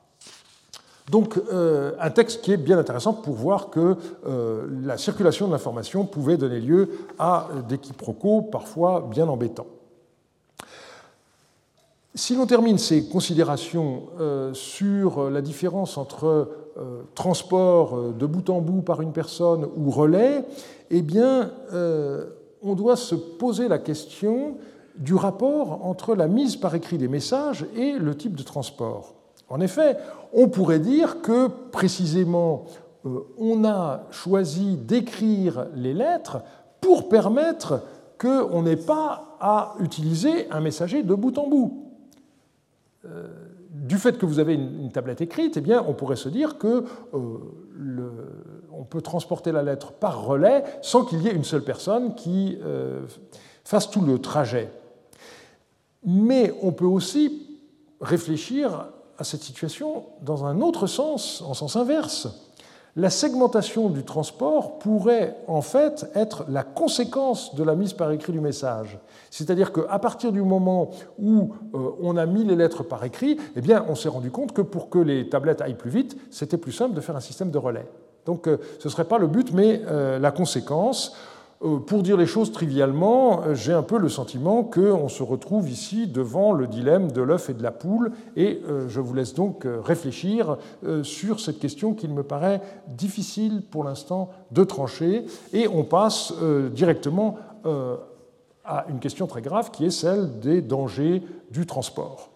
Donc euh, un texte qui est bien intéressant pour voir que euh, la circulation de l'information pouvait donner lieu à des quiproquos parfois bien embêtants. Si l'on termine ces considérations euh, sur la différence entre euh, transport de bout en bout par une personne ou relais, eh bien, euh, on doit se poser la question du rapport entre la mise par écrit des messages et le type de transport. En effet, on pourrait dire que précisément euh, on a choisi d'écrire les lettres pour permettre qu'on n'ait pas à utiliser un messager de bout en bout. Euh, du fait que vous avez une, une tablette écrite, eh bien, on pourrait se dire que euh, le, on peut transporter la lettre par relais sans qu'il y ait une seule personne qui euh, fasse tout le trajet. Mais on peut aussi réfléchir à cette situation dans un autre sens, en sens inverse. La segmentation du transport pourrait en fait être la conséquence de la mise par écrit du message. C'est-à-dire qu'à partir du moment où euh, on a mis les lettres par écrit, eh bien, on s'est rendu compte que pour que les tablettes aillent plus vite, c'était plus simple de faire un système de relais. Donc euh, ce ne serait pas le but, mais euh, la conséquence. Pour dire les choses trivialement, j'ai un peu le sentiment qu'on se retrouve ici devant le dilemme de l'œuf et de la poule, et je vous laisse donc réfléchir sur cette question qu'il me paraît difficile pour l'instant de trancher, et on passe directement à une question très grave qui est celle des dangers du transport.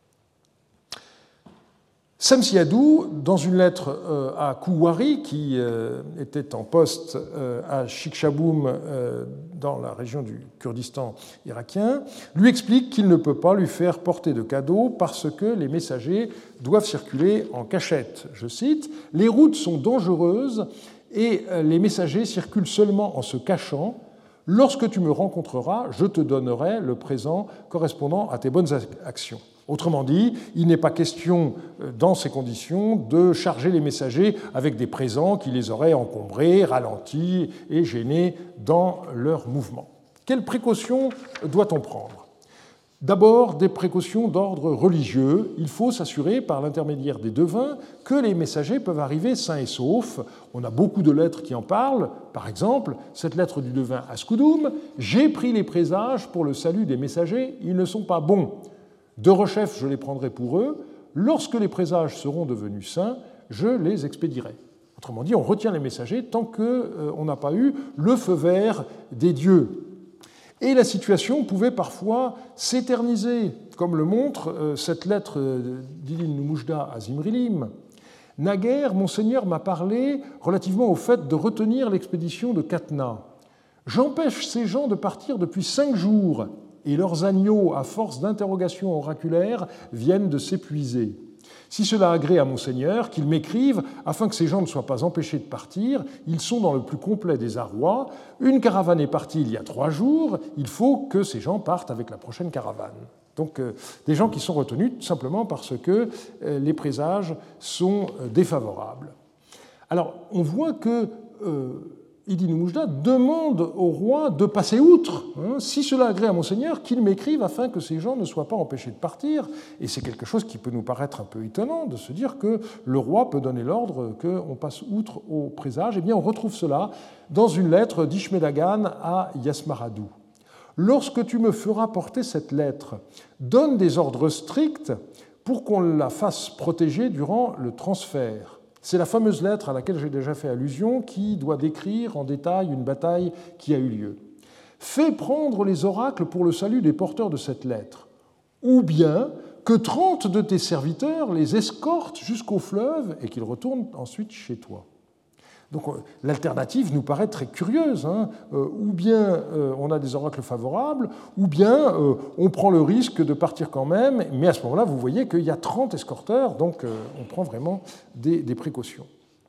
Samsiadou, dans une lettre à Kouwari, qui était en poste à Chikshaboum, dans la région du Kurdistan irakien, lui explique qu'il ne peut pas lui faire porter de cadeaux parce que les messagers doivent circuler en cachette. Je cite, « Les routes sont dangereuses et les messagers circulent seulement en se cachant. Lorsque tu me rencontreras, je te donnerai le présent correspondant à tes bonnes actions. » Autrement dit, il n'est pas question, dans ces conditions, de charger les messagers avec des présents qui les auraient encombrés, ralentis et gênés dans leur mouvement. Quelles précautions doit-on prendre ? D'abord, des précautions d'ordre religieux. Il faut s'assurer, par l'intermédiaire des devins, que les messagers peuvent arriver sains et saufs. On a beaucoup de lettres qui en parlent. Par exemple, cette lettre du devin Askoudoum, « J'ai pris les présages pour le salut des messagers, ils ne sont pas bons. De rechef, je les prendrai pour eux. Lorsque les présages seront devenus saints, je les expédierai. » Autrement dit, on retient les messagers tant qu'on euh, n'a pas eu le feu vert des dieux. Et la situation pouvait parfois s'éterniser, comme le montre euh, cette lettre d'Ilin Numujda à Zimrilim. « Naguère, mon Seigneur m'a parlé relativement au fait de retenir l'expédition de Katna. J'empêche ces gens de partir depuis cinq jours. Et leurs agneaux, à force d'interrogations oraculaires, viennent de s'épuiser. Si cela agrée à mon Seigneur, qu'il m'écrive, afin que ces gens ne soient pas empêchés de partir, ils sont dans le plus complet désarroi. Une caravane est partie il y a trois jours, il faut que ces gens partent avec la prochaine caravane. » Donc euh, des gens qui sont retenus simplement parce que euh, les présages sont euh, défavorables. Alors on voit que... Euh, Idi Numujda demande au roi de passer outre, hein, si cela agrée à mon Seigneur, qu'il m'écrive afin que ces gens ne soient pas empêchés de partir. Et c'est quelque chose qui peut nous paraître un peu étonnant de se dire que le roi peut donner l'ordre qu'on passe outre au présage. Eh bien, on retrouve cela dans une lettre d'Ishmedagan à Yasmaradou. « Lorsque tu me feras porter cette lettre, donne des ordres stricts pour qu'on la fasse protéger durant le transfert. » C'est la fameuse lettre à laquelle j'ai déjà fait allusion qui doit décrire en détail une bataille qui a eu lieu. Fais prendre les oracles pour le salut des porteurs de cette lettre, ou bien que trente de tes serviteurs les escortent jusqu'au fleuve et qu'ils retournent ensuite chez toi. Donc l'alternative nous paraît très curieuse, hein. euh, ou bien euh, on a des oracles favorables, ou bien euh, on prend le risque de partir quand même, mais à ce moment-là, vous voyez qu'il y a trente escorteurs, donc euh, on prend vraiment des, des précautions.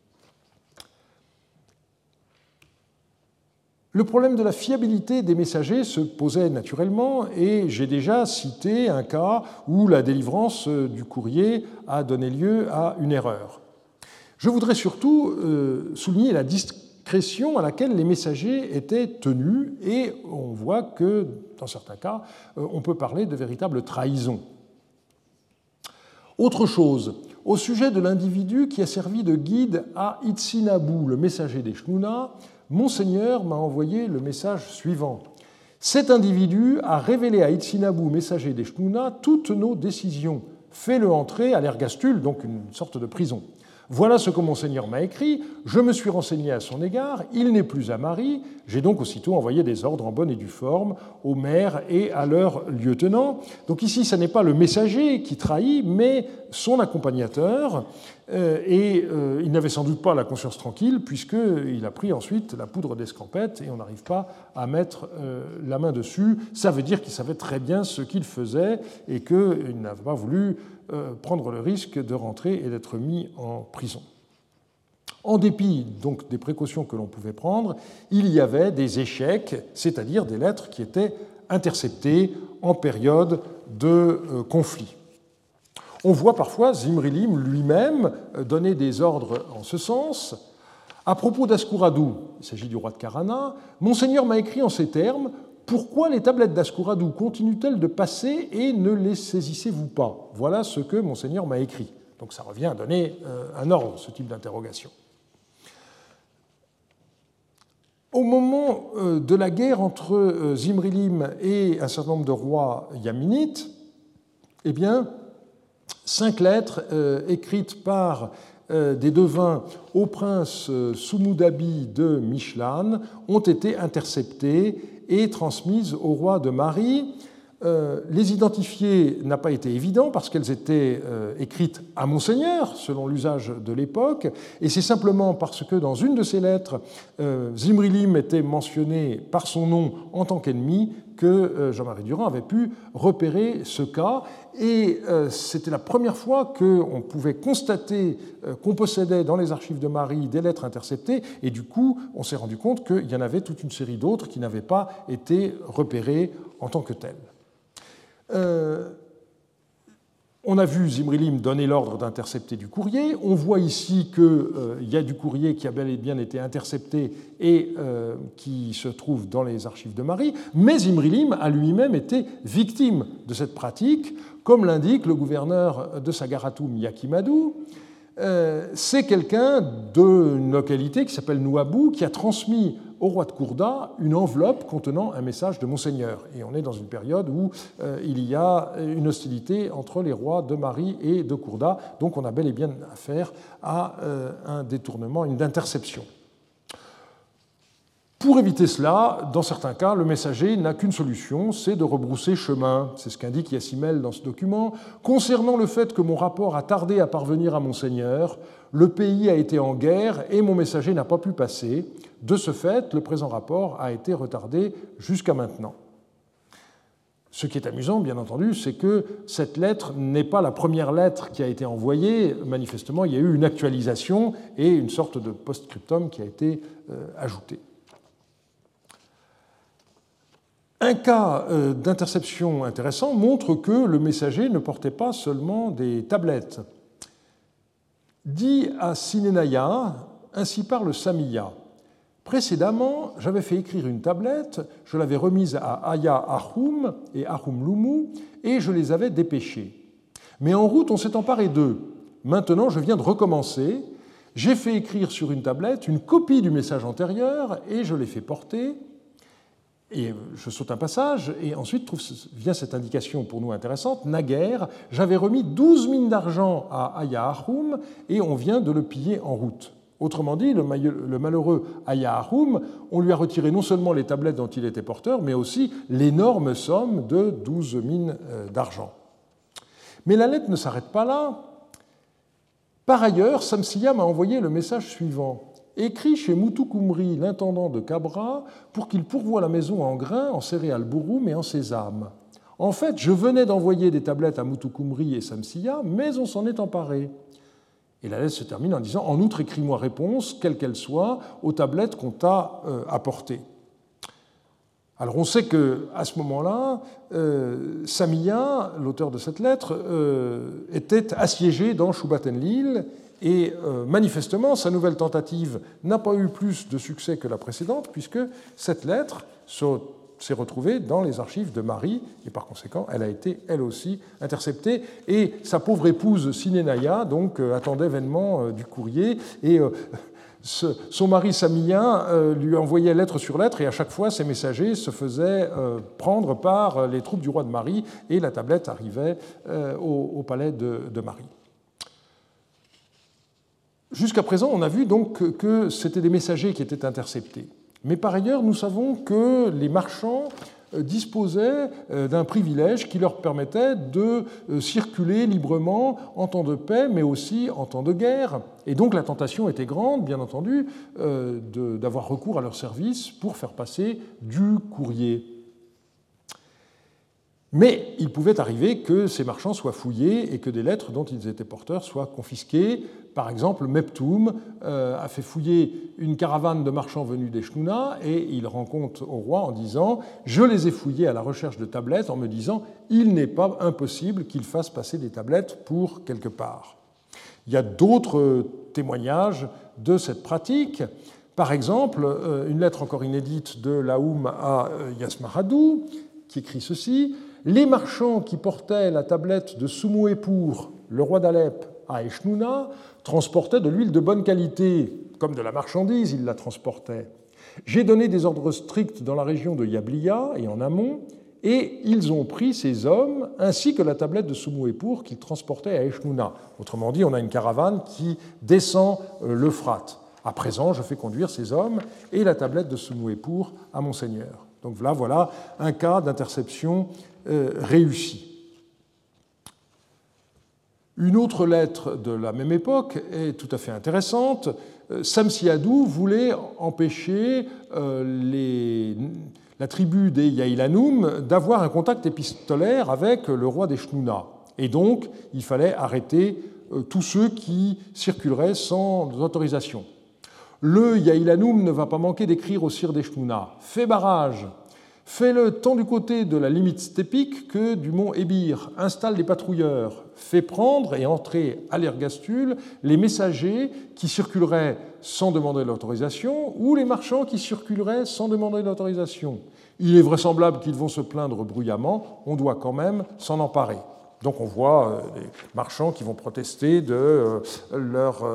Le problème de la fiabilité des messagers se posait naturellement, et j'ai déjà cité un cas où la délivrance du courrier a donné lieu à une erreur. Je voudrais surtout euh, souligner la discrétion à laquelle les messagers étaient tenus, et on voit que, dans certains cas, euh, on peut parler de véritable trahison. Autre chose, au sujet de l'individu qui a servi de guide à Itzinabu, le messager des Shnuna, Monseigneur m'a envoyé le message suivant. « Cet individu a révélé à Itzinabou, messager des Shnouna, toutes nos décisions. Fais-le entrer à l'ergastule, donc une sorte de prison. Voilà ce que Monseigneur m'a écrit, je me suis renseigné à son égard, il n'est plus à Marie, j'ai donc aussitôt envoyé des ordres en bonne et due forme aux maires et à leurs lieutenants. Donc ici, ce n'est pas le messager qui trahit, mais son accompagnateur, euh, et euh, il n'avait sans doute pas la conscience tranquille, puisqu'il a pris ensuite la poudre d'escampette, et on n'arrive pas à mettre euh, la main dessus. Ça veut dire qu'il savait très bien ce qu'il faisait, et qu'il n'avait pas voulu prendre le risque de rentrer et d'être mis en prison. En dépit donc des précautions que l'on pouvait prendre, il y avait des échecs, c'est-à-dire des lettres qui étaient interceptées en période de conflit. On voit parfois Zimrilim lui-même donner des ordres en ce sens. À propos d'Ascouradou, il s'agit du roi de Karana, Monseigneur m'a écrit en ces termes: pourquoi les tablettes d'Ascouradou continuent-elles de passer et ne les saisissez-vous pas? Voilà ce que Monseigneur m'a écrit. Donc ça revient à donner un ordre, ce type d'interrogation. Au moment de la guerre entre Zimrilim et un certain nombre de rois yaminites, eh bien, cinq lettres écrites par des devins au prince Soumoudabi de Mishlan ont été interceptées et transmises au roi de Mari. Euh, les identifier n'a pas été évident parce qu'elles étaient euh, écrites à Monseigneur, selon l'usage de l'époque, et c'est simplement parce que dans une de ces lettres, euh, Zimrilim était mentionné par son nom en tant qu'ennemi que euh, Jean-Marie Durand avait pu repérer ce cas, et euh, c'était la première fois qu'on pouvait constater euh, qu'on possédait dans les archives de Mari des lettres interceptées, et du coup, on s'est rendu compte qu'il y en avait toute une série d'autres qui n'avaient pas été repérées en tant que telles. Euh, on a vu Zimrilim donner l'ordre d'intercepter du courrier. On voit ici qu'il euh, y a du courrier qui a bel et bien été intercepté et euh, qui se trouve dans les archives de Mari. Mais Zimrilim a lui-même été victime de cette pratique, comme l'indique le gouverneur de Sagaratoum, Yakimadou. Euh, c'est quelqu'un d'une localité qui s'appelle Nouabou qui a transmis au roi de Kourda une enveloppe contenant un message de Monseigneur. Et on est dans une période où euh, il y a une hostilité entre les rois de Mari et de Kourda, donc on a bel et bien affaire à euh, un détournement, une interception. Pour éviter cela, dans certains cas, le messager n'a qu'une solution, c'est de rebrousser chemin. C'est ce qu'indique Yassimel dans ce document. Concernant le fait que mon rapport a tardé à parvenir à Monseigneur, le pays a été en guerre et mon messager n'a pas pu passer. De ce fait, le présent rapport a été retardé jusqu'à maintenant. Ce qui est amusant, bien entendu, c'est que cette lettre n'est pas la première lettre qui a été envoyée. Manifestement, il y a eu une actualisation et une sorte de post-scriptum qui a été euh, ajouté. Un cas d'interception intéressant montre que le messager ne portait pas seulement des tablettes. Dit à Sinenaya, ainsi parle Samiya. Précédemment, j'avais fait écrire une tablette, je l'avais remise à Aya Ahum et Ahum Lumu, et je les avais dépêchés. Mais en route, on s'est emparé d'eux. Maintenant, je viens de recommencer. J'ai fait écrire sur une tablette une copie du message antérieur, et je l'ai fait porter. Et je saute un passage, et ensuite vient cette indication pour nous intéressante. Naguère, j'avais remis douze mines d'argent à Aya Ahum, et on vient de le piller en route. Autrement dit, le malheureux Aya Ahum, on lui a retiré non seulement les tablettes dont il était porteur, mais aussi l'énorme somme de douze mines d'argent. Mais la lettre ne s'arrête pas là. Par ailleurs, Samsiya m'a envoyé le message suivant. Écrit chez Moutoukoumbri, l'intendant de Cabra, pour qu'il pourvoie la maison en grains, en céréales bouroum et en sésame. En fait, je venais d'envoyer des tablettes à Moutoukoumbri et Samsiya, mais on s'en est emparé. Et la lettre se termine en disant « En outre, écris-moi réponse, quelle qu'elle soit, aux tablettes qu'on t'a euh, apportées. » Alors on sait qu'à ce moment-là, euh, Samiya, l'auteur de cette lettre, euh, était assiégé dans Choubat-Enlil, et euh, manifestement, sa nouvelle tentative n'a pas eu plus de succès que la précédente, puisque cette lettre s'est retrouvée dans les archives de Mari, et par conséquent, elle a été, elle aussi, interceptée. Et sa pauvre épouse Sinenaya donc, euh, attendait vainement euh, du courrier, et euh, Ce, son mari Samien euh, lui envoyait lettre sur lettre et à chaque fois, ses messagers se faisaient euh, prendre par les troupes du roi de Mari et la tablette arrivait euh, au, au palais de, de Mari. Jusqu'à présent, on a vu donc que, que c'était des messagers qui étaient interceptés. Mais par ailleurs, nous savons que les marchands disposaient d'un privilège qui leur permettait de circuler librement en temps de paix, mais aussi en temps de guerre. Et donc la tentation était grande, bien entendu, d'avoir recours à leurs services pour faire passer du courrier. Mais il pouvait arriver que ces marchands soient fouillés et que des lettres dont ils étaient porteurs soient confisquées. Par exemple, Meptoum euh, a fait fouiller une caravane de marchands venus d'Eshnouna et il rend compte au roi en disant « Je les ai fouillés à la recherche de tablettes en me disant « Il n'est pas impossible qu'ils fassent passer des tablettes pour quelque part. » Il y a d'autres témoignages de cette pratique. Par exemple, une lettre encore inédite de Laoum à Yasmaradou qui écrit ceci « Les marchands qui portaient la tablette de Soumouépour, le roi d'Alep, à Eshnouna, transportaient de l'huile de bonne qualité, comme de la marchandise, ils la transportaient. J'ai donné des ordres stricts dans la région de Yablia et en amont, et ils ont pris ces hommes, ainsi que la tablette de Soumouépour qu'ils transportaient à Eshnouna. » Autrement dit, on a une caravane qui descend l'Euphrate. À présent, je fais conduire ces hommes et la tablette de Soumouépour à mon seigneur. Donc là, voilà un cas d'interception euh, réussi. Une autre lettre de la même époque est tout à fait intéressante. Samsiadou voulait empêcher euh, les, la tribu des Yaïlanoum d'avoir un contact épistolaire avec le roi d'Eshnouna. Et donc, il fallait arrêter euh, tous ceux qui circuleraient sans autorisation. Le Yaïlanoum ne va pas manquer d'écrire au sire d'Eshnouna. Fais barrage. Fais-le tant du côté de la limite stépique que du mont Ébir. Installe des patrouilleurs. Fais prendre et entrer à l'Ergastule les messagers qui circuleraient sans demander l'autorisation ou les marchands qui circuleraient sans demander l'autorisation. Il est vraisemblable qu'ils vont se plaindre bruyamment. On doit quand même s'en emparer. Donc on voit les marchands qui vont protester de leur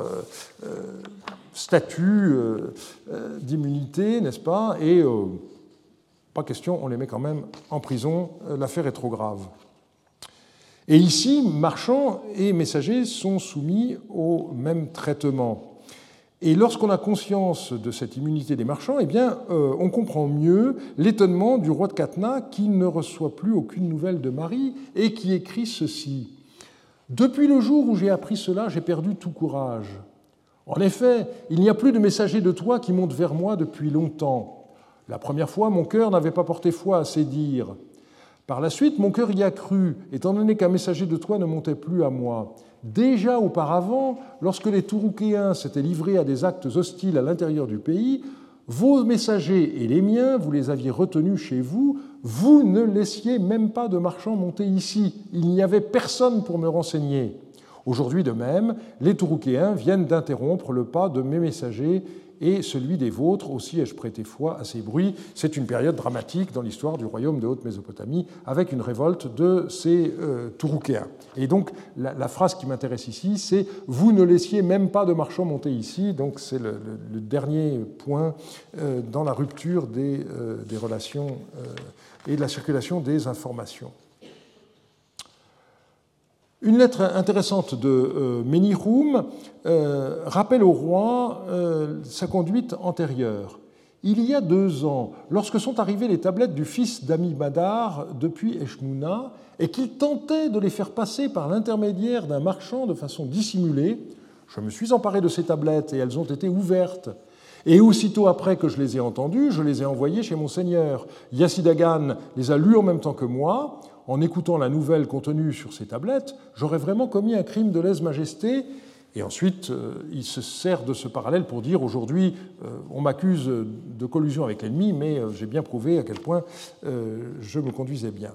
statut d'immunité, n'est-ce pas ? Et pas question, on les met quand même en prison, l'affaire est trop grave. Et ici, marchands et messagers sont soumis au même traitement. Et lorsqu'on a conscience de cette immunité des marchands, eh bien, euh, on comprend mieux l'étonnement du roi de Katna qui ne reçoit plus aucune nouvelle de Marie et qui écrit ceci. « Depuis le jour où j'ai appris cela, j'ai perdu tout courage. En effet, il n'y a plus de messagers de toi qui montent vers moi depuis longtemps. La première fois, mon cœur n'avait pas porté foi à ces dires. Par la suite, mon cœur y a cru, étant donné qu'un messager de toi ne montait plus à moi. Déjà auparavant, lorsque les Touroukéens s'étaient livrés à des actes hostiles à l'intérieur du pays, vos messagers et les miens, vous les aviez retenus chez vous, vous ne laissiez même pas de marchands monter ici. Il n'y avait personne pour me renseigner. Aujourd'hui de même, les Touroukéens viennent d'interrompre le pas de mes messagers et celui des vôtres, aussi ai-je prêté foi à ces bruits. C'est une période dramatique dans l'histoire du royaume de Haute-Mésopotamie, avec une révolte de ces euh, Touroukéens. Et donc, la, la phrase qui m'intéresse ici, c'est « Vous ne laissiez même pas de marchands monter ici ». Donc, c'est le, le, le dernier point euh, dans la rupture des, euh, des relations euh, et de la circulation des informations. Une lettre intéressante de euh, Ménihoum euh, rappelle au roi euh, sa conduite antérieure. Il y a deux ans, lorsque sont arrivées les tablettes du fils d'Amibadar depuis Eshnouna et qu'il tentait de les faire passer par l'intermédiaire d'un marchand de façon dissimulée, je me suis emparé de ces tablettes et elles ont été ouvertes. Et aussitôt après que je les ai entendues, je les ai envoyées chez mon seigneur. Yassidagan les a lues en même temps que moi. En écoutant la nouvelle contenue sur ces tablettes, j'aurais vraiment commis un crime de lèse-majesté. Et ensuite, euh, il se sert de ce parallèle pour dire aujourd'hui, euh, on m'accuse de collusion avec l'ennemi, mais euh, j'ai bien prouvé à quel point euh, je me conduisais bien.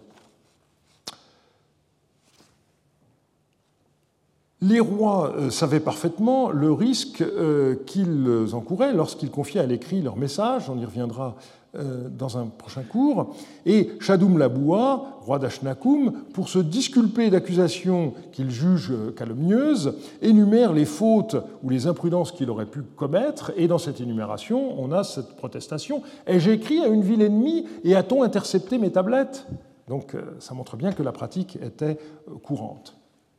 Les rois euh, savaient parfaitement le risque euh, qu'ils encouraient lorsqu'ils confiaient à l'écrit leurs messages, on y reviendra euh, dans un prochain cours. Et Shadoum Laboua, roi d'Ashnakoum, pour se disculper d'accusations qu'il juge calomnieuses, énumère les fautes ou les imprudences qu'il aurait pu commettre. Et dans cette énumération, on a cette protestation. Ai-je écrit à une ville ennemie et a-t-on intercepté mes tablettes? Donc ça montre bien que la pratique était courante.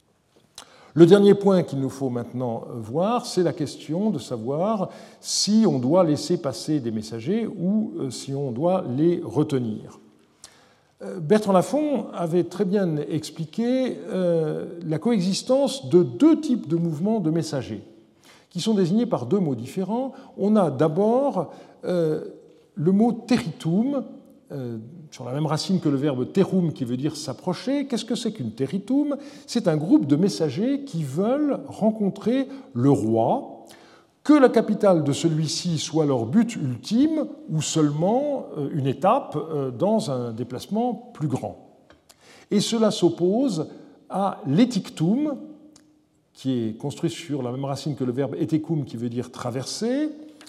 Le dernier point qu'il nous faut maintenant voir, c'est la question de savoir si on doit laisser passer des messagers ou si on doit les retenir. Bertrand Lafont avait très bien expliqué la coexistence de deux types de mouvements de messagers, qui sont désignés par deux mots différents. On a d'abord le mot teritum, sur la même racine que le verbe terum qui veut dire s'approcher. Qu'est-ce que c'est qu'une teritum? C'est un groupe de messagers qui veulent rencontrer le roi, que la capitale de celui-ci soit leur but ultime ou seulement une étape dans un déplacement plus grand. Et cela s'oppose à l'étictum, qui est construit sur la même racine que le verbe etekum qui veut dire traverser.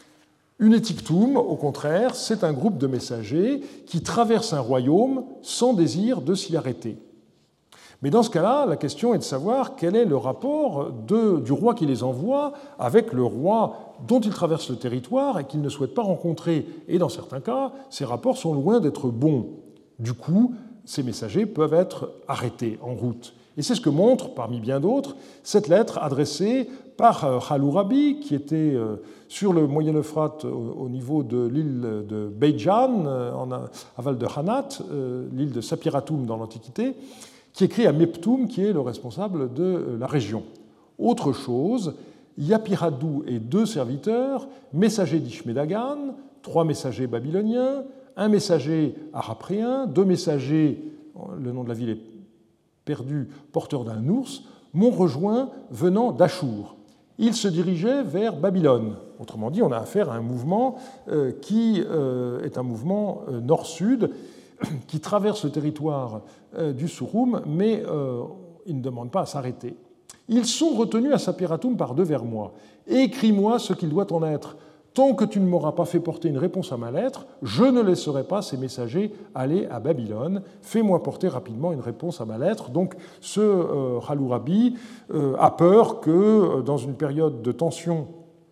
Une étictum, au contraire, c'est un groupe de messagers qui traversent un royaume sans désir de s'y arrêter. Mais dans ce cas-là, la question est de savoir quel est le rapport de, du roi qui les envoie avec le roi dont ils traversent le territoire et qu'ils ne souhaitent pas rencontrer. Et dans certains cas, ces rapports sont loin d'être bons. Du coup, ces messagers peuvent être arrêtés en route. Et c'est ce que montre, parmi bien d'autres, cette lettre adressée par Hammurabi, qui était sur le Moyen-Euphrate au niveau de l'île de Beijan, en aval de Hanat, l'île de Sapiratum dans l'Antiquité, qui écrit à Meptoum, qui est le responsable de la région. Autre chose, Yapiradou et deux serviteurs, messagers d'Ishmedagan, trois messagers babyloniens, un messager arapréen, deux messagers, le nom de la ville est perdu, porteur d'un ours, m'ont rejoint venant d'Achour. Ils se dirigeaient vers Babylone. Autrement dit, on a affaire à un mouvement euh, qui euh, est un mouvement euh, nord-sud, qui traverse le territoire euh, du Surum, mais euh, ils ne demandent pas à s'arrêter. Ils sont retenus à Sapiratum par devers moi. Écris-moi ce qu'il doit en être. Tant que tu ne m'auras pas fait porter une réponse à ma lettre, je ne laisserai pas ces messagers aller à Babylone. Fais-moi porter rapidement une réponse à ma lettre. Donc ce euh, Hammurabi euh, a peur que, euh, dans une période de tension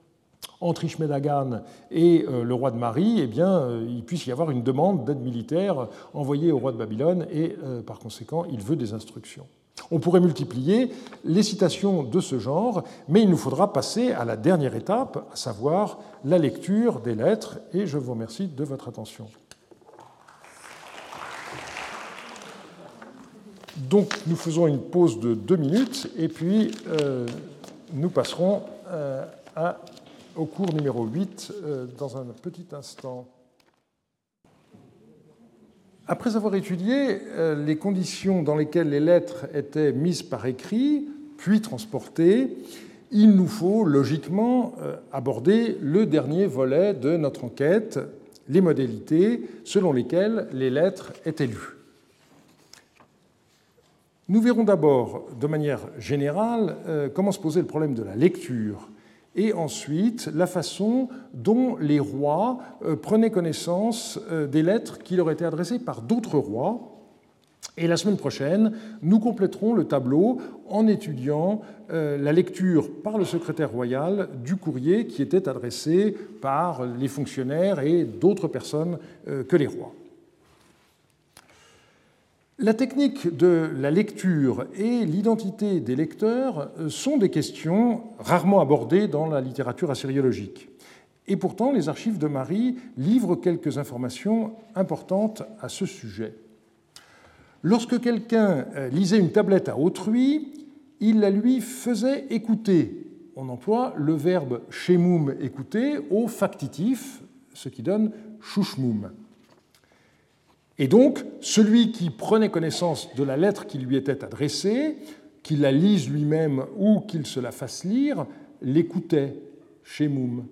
entre Ishmedagan et euh, le roi de Mari, eh bien, euh, il puisse y avoir une demande d'aide militaire envoyée au roi de Babylone et, euh, par conséquent, il veut des instructions. On pourrait multiplier les citations de ce genre, mais il nous faudra passer à la dernière étape, à savoir la lecture des lettres, et je vous remercie de votre attention. Donc nous faisons une pause de deux minutes, et puis euh, nous passerons euh, à, au cours numéro huit euh, dans un petit instant. Après avoir étudié les conditions dans lesquelles les lettres étaient mises par écrit, puis transportées, il nous faut logiquement aborder le dernier volet de notre enquête, les modalités selon lesquelles les lettres étaient lues. Nous verrons d'abord, de manière générale, comment se posait le problème de la lecture, et ensuite la façon dont les rois prenaient connaissance des lettres qui leur étaient adressées par d'autres rois. Et la semaine prochaine, nous compléterons le tableau en étudiant la lecture par le secrétaire royal du courrier qui était adressé par les fonctionnaires et d'autres personnes que les rois. La technique de la lecture et l'identité des lecteurs sont des questions rarement abordées dans la littérature assyriologique. Et pourtant, les archives de Mari livrent quelques informations importantes à ce sujet. Lorsque quelqu'un lisait une tablette à autrui, il la lui faisait écouter. On emploie le verbe shemum, écouter, au factitif, ce qui donne shushmum. Et donc, celui qui prenait connaissance de la lettre qui lui était adressée, qu'il la lise lui-même ou qu'il se la fasse lire, l'écoutait, shemum.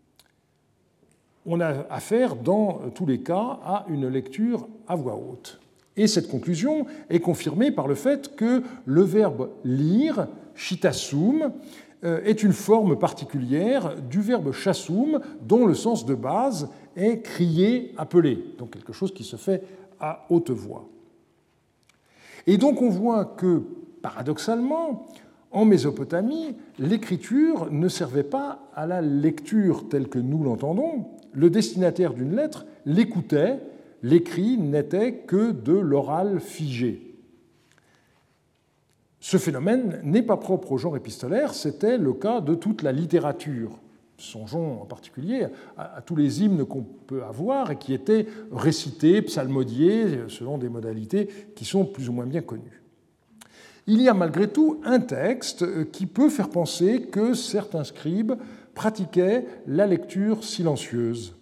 On a affaire, dans tous les cas, à une lecture à voix haute. Et cette conclusion est confirmée par le fait que le verbe lire, shitasum, est une forme particulière du verbe chassum, dont le sens de base est crier, appeler, donc quelque chose qui se fait à haute voix. Et donc on voit que, paradoxalement, en Mésopotamie, l'écriture ne servait pas à la lecture telle que nous l'entendons. Le destinataire d'une lettre l'écoutait, l'écrit n'était que de l'oral figé. Ce phénomène n'est pas propre au genre épistolaire, c'était le cas de toute la littérature. Songeons en particulier à, à tous les hymnes qu'on peut avoir et qui étaient récités, psalmodiés, selon des modalités qui sont plus ou moins bien connues. Il y a malgré tout un texte qui peut faire penser que certains scribes pratiquaient la lecture silencieuse.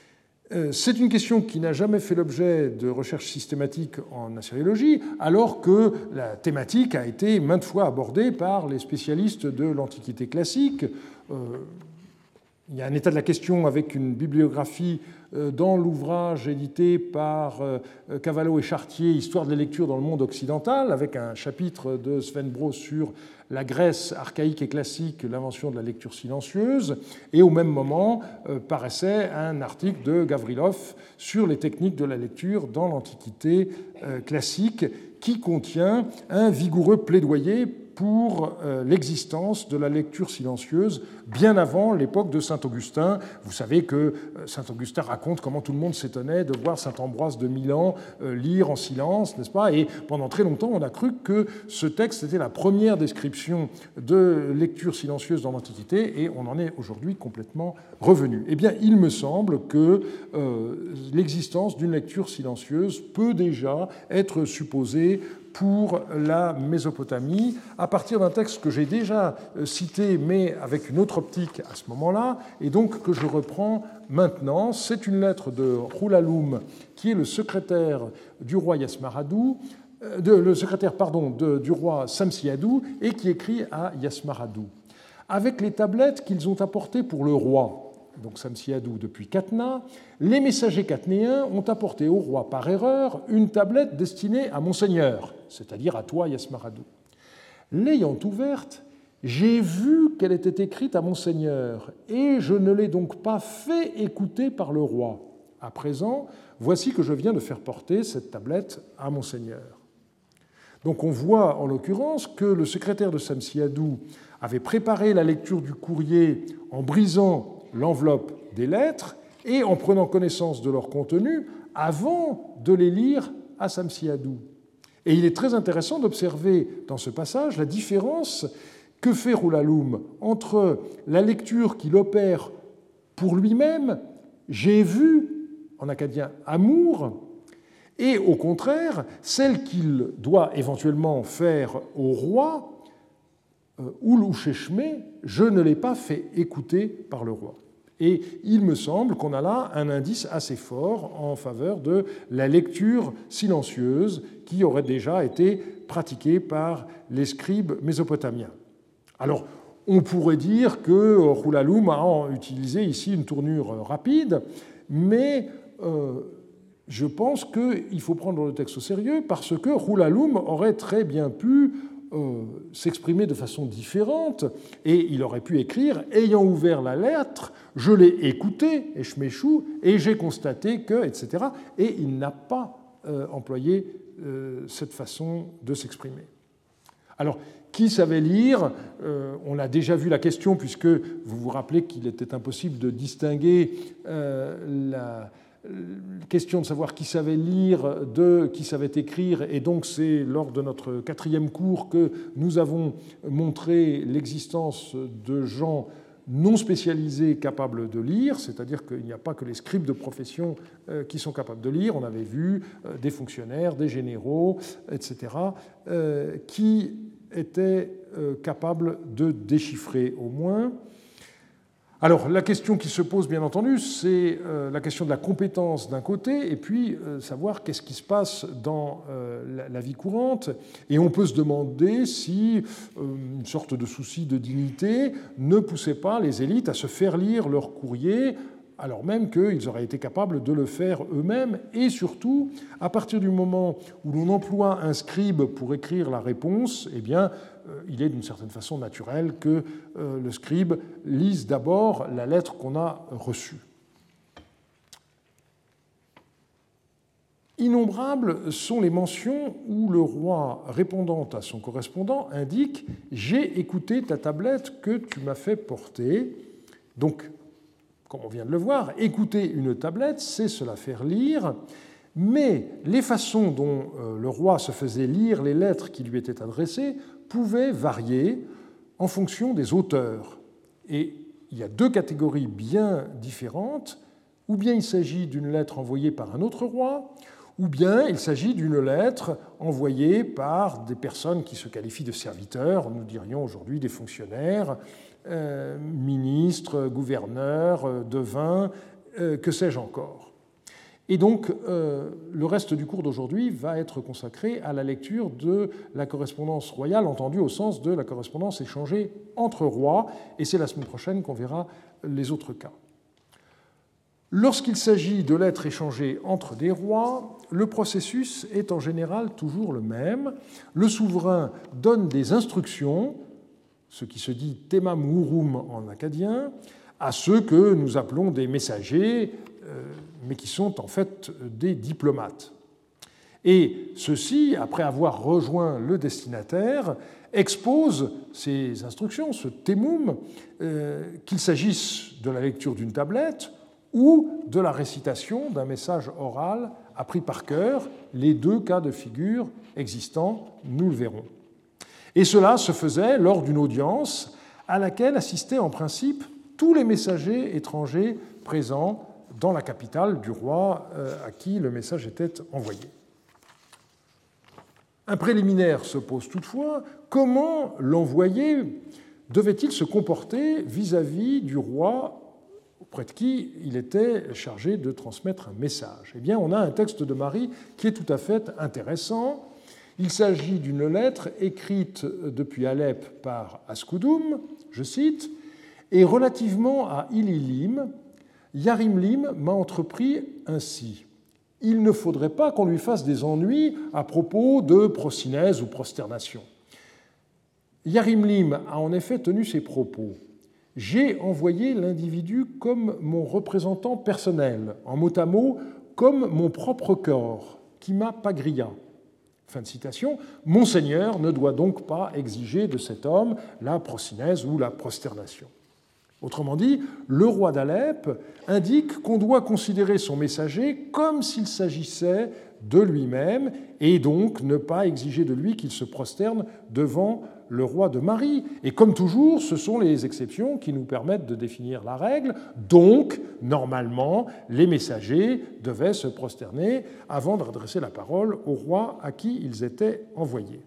C'est une question qui n'a jamais fait l'objet de recherches systématiques en assyriologie, alors que la thématique a été maintes fois abordée par les spécialistes de l'Antiquité classique. Il y a un état de la question avec une bibliographie dans l'ouvrage édité par Cavallo et Chartier, Histoire de la lecture dans le monde occidental, avec un chapitre de Sven Bro sur la Grèce archaïque et classique, l'invention de la lecture silencieuse, et au même moment euh, paraissait un article de Gavrilov sur les techniques de la lecture dans l'Antiquité euh, classique, qui contient un vigoureux plaidoyer pour euh, l'existence de la lecture silencieuse bien avant l'époque de saint Augustin. Vous savez que euh, saint Augustin raconte comment tout le monde s'étonnait de voir saint Ambroise de Milan euh, lire en silence, n'est-ce pas ? Et pendant très longtemps, on a cru que ce texte était la première description de lecture silencieuse dans l'Antiquité, et on en est aujourd'hui complètement revenu. Eh bien, il me semble que euh, l'existence d'une lecture silencieuse peut déjà être supposée pour la Mésopotamie, à partir d'un texte que j'ai déjà cité, mais avec une autre optique à ce moment-là, et donc que je reprends maintenant. C'est une lettre de Roulalum, qui est le secrétaire du roi Yasmaradou, de, le secrétaire pardon, de, du roi Samsiadou, et qui écrit à Yasmaradou. Avec les tablettes qu'ils ont apportées pour le roi, donc Samsiadou depuis Catna, les messagers catnéens ont apporté au roi par erreur une tablette destinée à Monseigneur, c'est-à-dire à toi, Yasmaradou. L'ayant ouverte, j'ai vu qu'elle était écrite à Monseigneur, et je ne l'ai donc pas fait écouter par le roi. À présent, voici que je viens de faire porter cette tablette à Monseigneur. Donc on voit en l'occurrence que le secrétaire de Samsiadou avait préparé la lecture du courrier en brisant l'enveloppe des lettres et en prenant connaissance de leur contenu avant de les lire à Samsiadou. Et il est très intéressant d'observer dans ce passage la différence que fait Roulalum entre la lecture qu'il opère pour lui-même, j'ai vu, en acadien, amour, et au contraire, celle qu'il doit éventuellement faire au roi, Oul ou Chechmé, je ne l'ai pas fait écouter par le roi. Et il me semble qu'on a là un indice assez fort en faveur de la lecture silencieuse qui aurait déjà été pratiquée par les scribes mésopotamiens. Alors, on pourrait dire que Roulalum a utilisé ici une tournure rapide, mais euh, je pense qu'il faut prendre le texte au sérieux parce que Roulalum aurait très bien pu Euh, s'exprimer de façon différente, et il aurait pu écrire « Ayant ouvert la lettre, je l'ai écouté, et Eshméchou, et j'ai constaté que, et cetera » Et il n'a pas euh, employé euh, cette façon de s'exprimer. Alors, qui savait lire ? euh, On a déjà vu la question, puisque vous vous rappelez qu'il était impossible de distinguer euh, la question de savoir qui savait lire de qui savait écrire, et donc c'est lors de notre quatrième cours que nous avons montré l'existence de gens non spécialisés capables de lire, c'est-à-dire qu'il n'y a pas que les scribes de profession qui sont capables de lire. On avait vu des fonctionnaires, des généraux, et cetera, qui étaient capables de déchiffrer au moins. Alors, la question qui se pose, bien entendu, c'est euh, la question de la compétence d'un côté, et puis euh, savoir qu'est-ce qui se passe dans euh, la, la vie courante. Et on peut se demander si euh, une sorte de souci de dignité ne poussait pas les élites à se faire lire leur courrier alors même qu'ils auraient été capables de le faire eux-mêmes, et surtout, à partir du moment où l'on emploie un scribe pour écrire la réponse, eh bien, euh, il est d'une certaine façon naturel que euh, le scribe lise d'abord la lettre qu'on a reçue. Innombrables sont les mentions où le roi, répondant à son correspondant, indique « J'ai écouté ta tablette que tu m'as fait porter ». Donc, comme on vient de le voir, écouter une tablette, c'est se la faire lire, mais les façons dont le roi se faisait lire les lettres qui lui étaient adressées pouvaient varier en fonction des auteurs. Et il y a deux catégories bien différentes. Ou bien il s'agit d'une lettre envoyée par un autre roi, ou bien il s'agit d'une lettre envoyée par des personnes qui se qualifient de serviteurs, nous dirions aujourd'hui des fonctionnaires, euh, ministres, gouverneurs, euh, devins, euh, que sais-je encore. Et donc, euh, le reste du cours d'aujourd'hui va être consacré à la lecture de la correspondance royale, entendue au sens de la correspondance échangée entre rois, et c'est la semaine prochaine qu'on verra les autres cas. Lorsqu'il s'agit de lettres échangées entre des rois, le processus est en général toujours le même. Le souverain donne des instructions, ce qui se dit temam urum en acadien, à ceux que nous appelons des messagers, mais qui sont en fait des diplomates. Et ceux-ci, après avoir rejoint le destinataire, exposent ces instructions, ce temum, qu'il s'agisse de la lecture d'une tablette, ou de la récitation d'un message oral appris par cœur, les deux cas de figure existants, nous le verrons. Et cela se faisait lors d'une audience à laquelle assistaient en principe tous les messagers étrangers présents dans la capitale du roi à qui le message était envoyé. Un préliminaire se pose toutefois, comment l'envoyé devait-il se comporter vis-à-vis du roi auprès de qui il était chargé de transmettre un message? Eh bien, on a un texte de Marie qui est tout à fait intéressant. Il s'agit d'une lettre écrite depuis Alep par Ascudum, je cite, « Et relativement à Ililim, Yarimlim m'a entrepris ainsi. Il ne faudrait pas qu'on lui fasse des ennuis à propos de prosynèse ou prosternation. Yarimlim a en effet tenu ses propos. J'ai envoyé l'individu comme mon représentant personnel, en mot à mot, comme mon propre corps, qui m'a pagria. » Fin de citation. « Monseigneur ne doit donc pas exiger de cet homme la prosynèse ou la prosternation. » Autrement dit, le roi d'Alep indique qu'on doit considérer son messager comme s'il s'agissait de lui-même et donc ne pas exiger de lui qu'il se prosterne devant le roi de Marie. Et comme toujours, ce sont les exceptions qui nous permettent de définir la règle. Donc, normalement, les messagers devaient se prosterner avant d'adresser la parole au roi à qui ils étaient envoyés.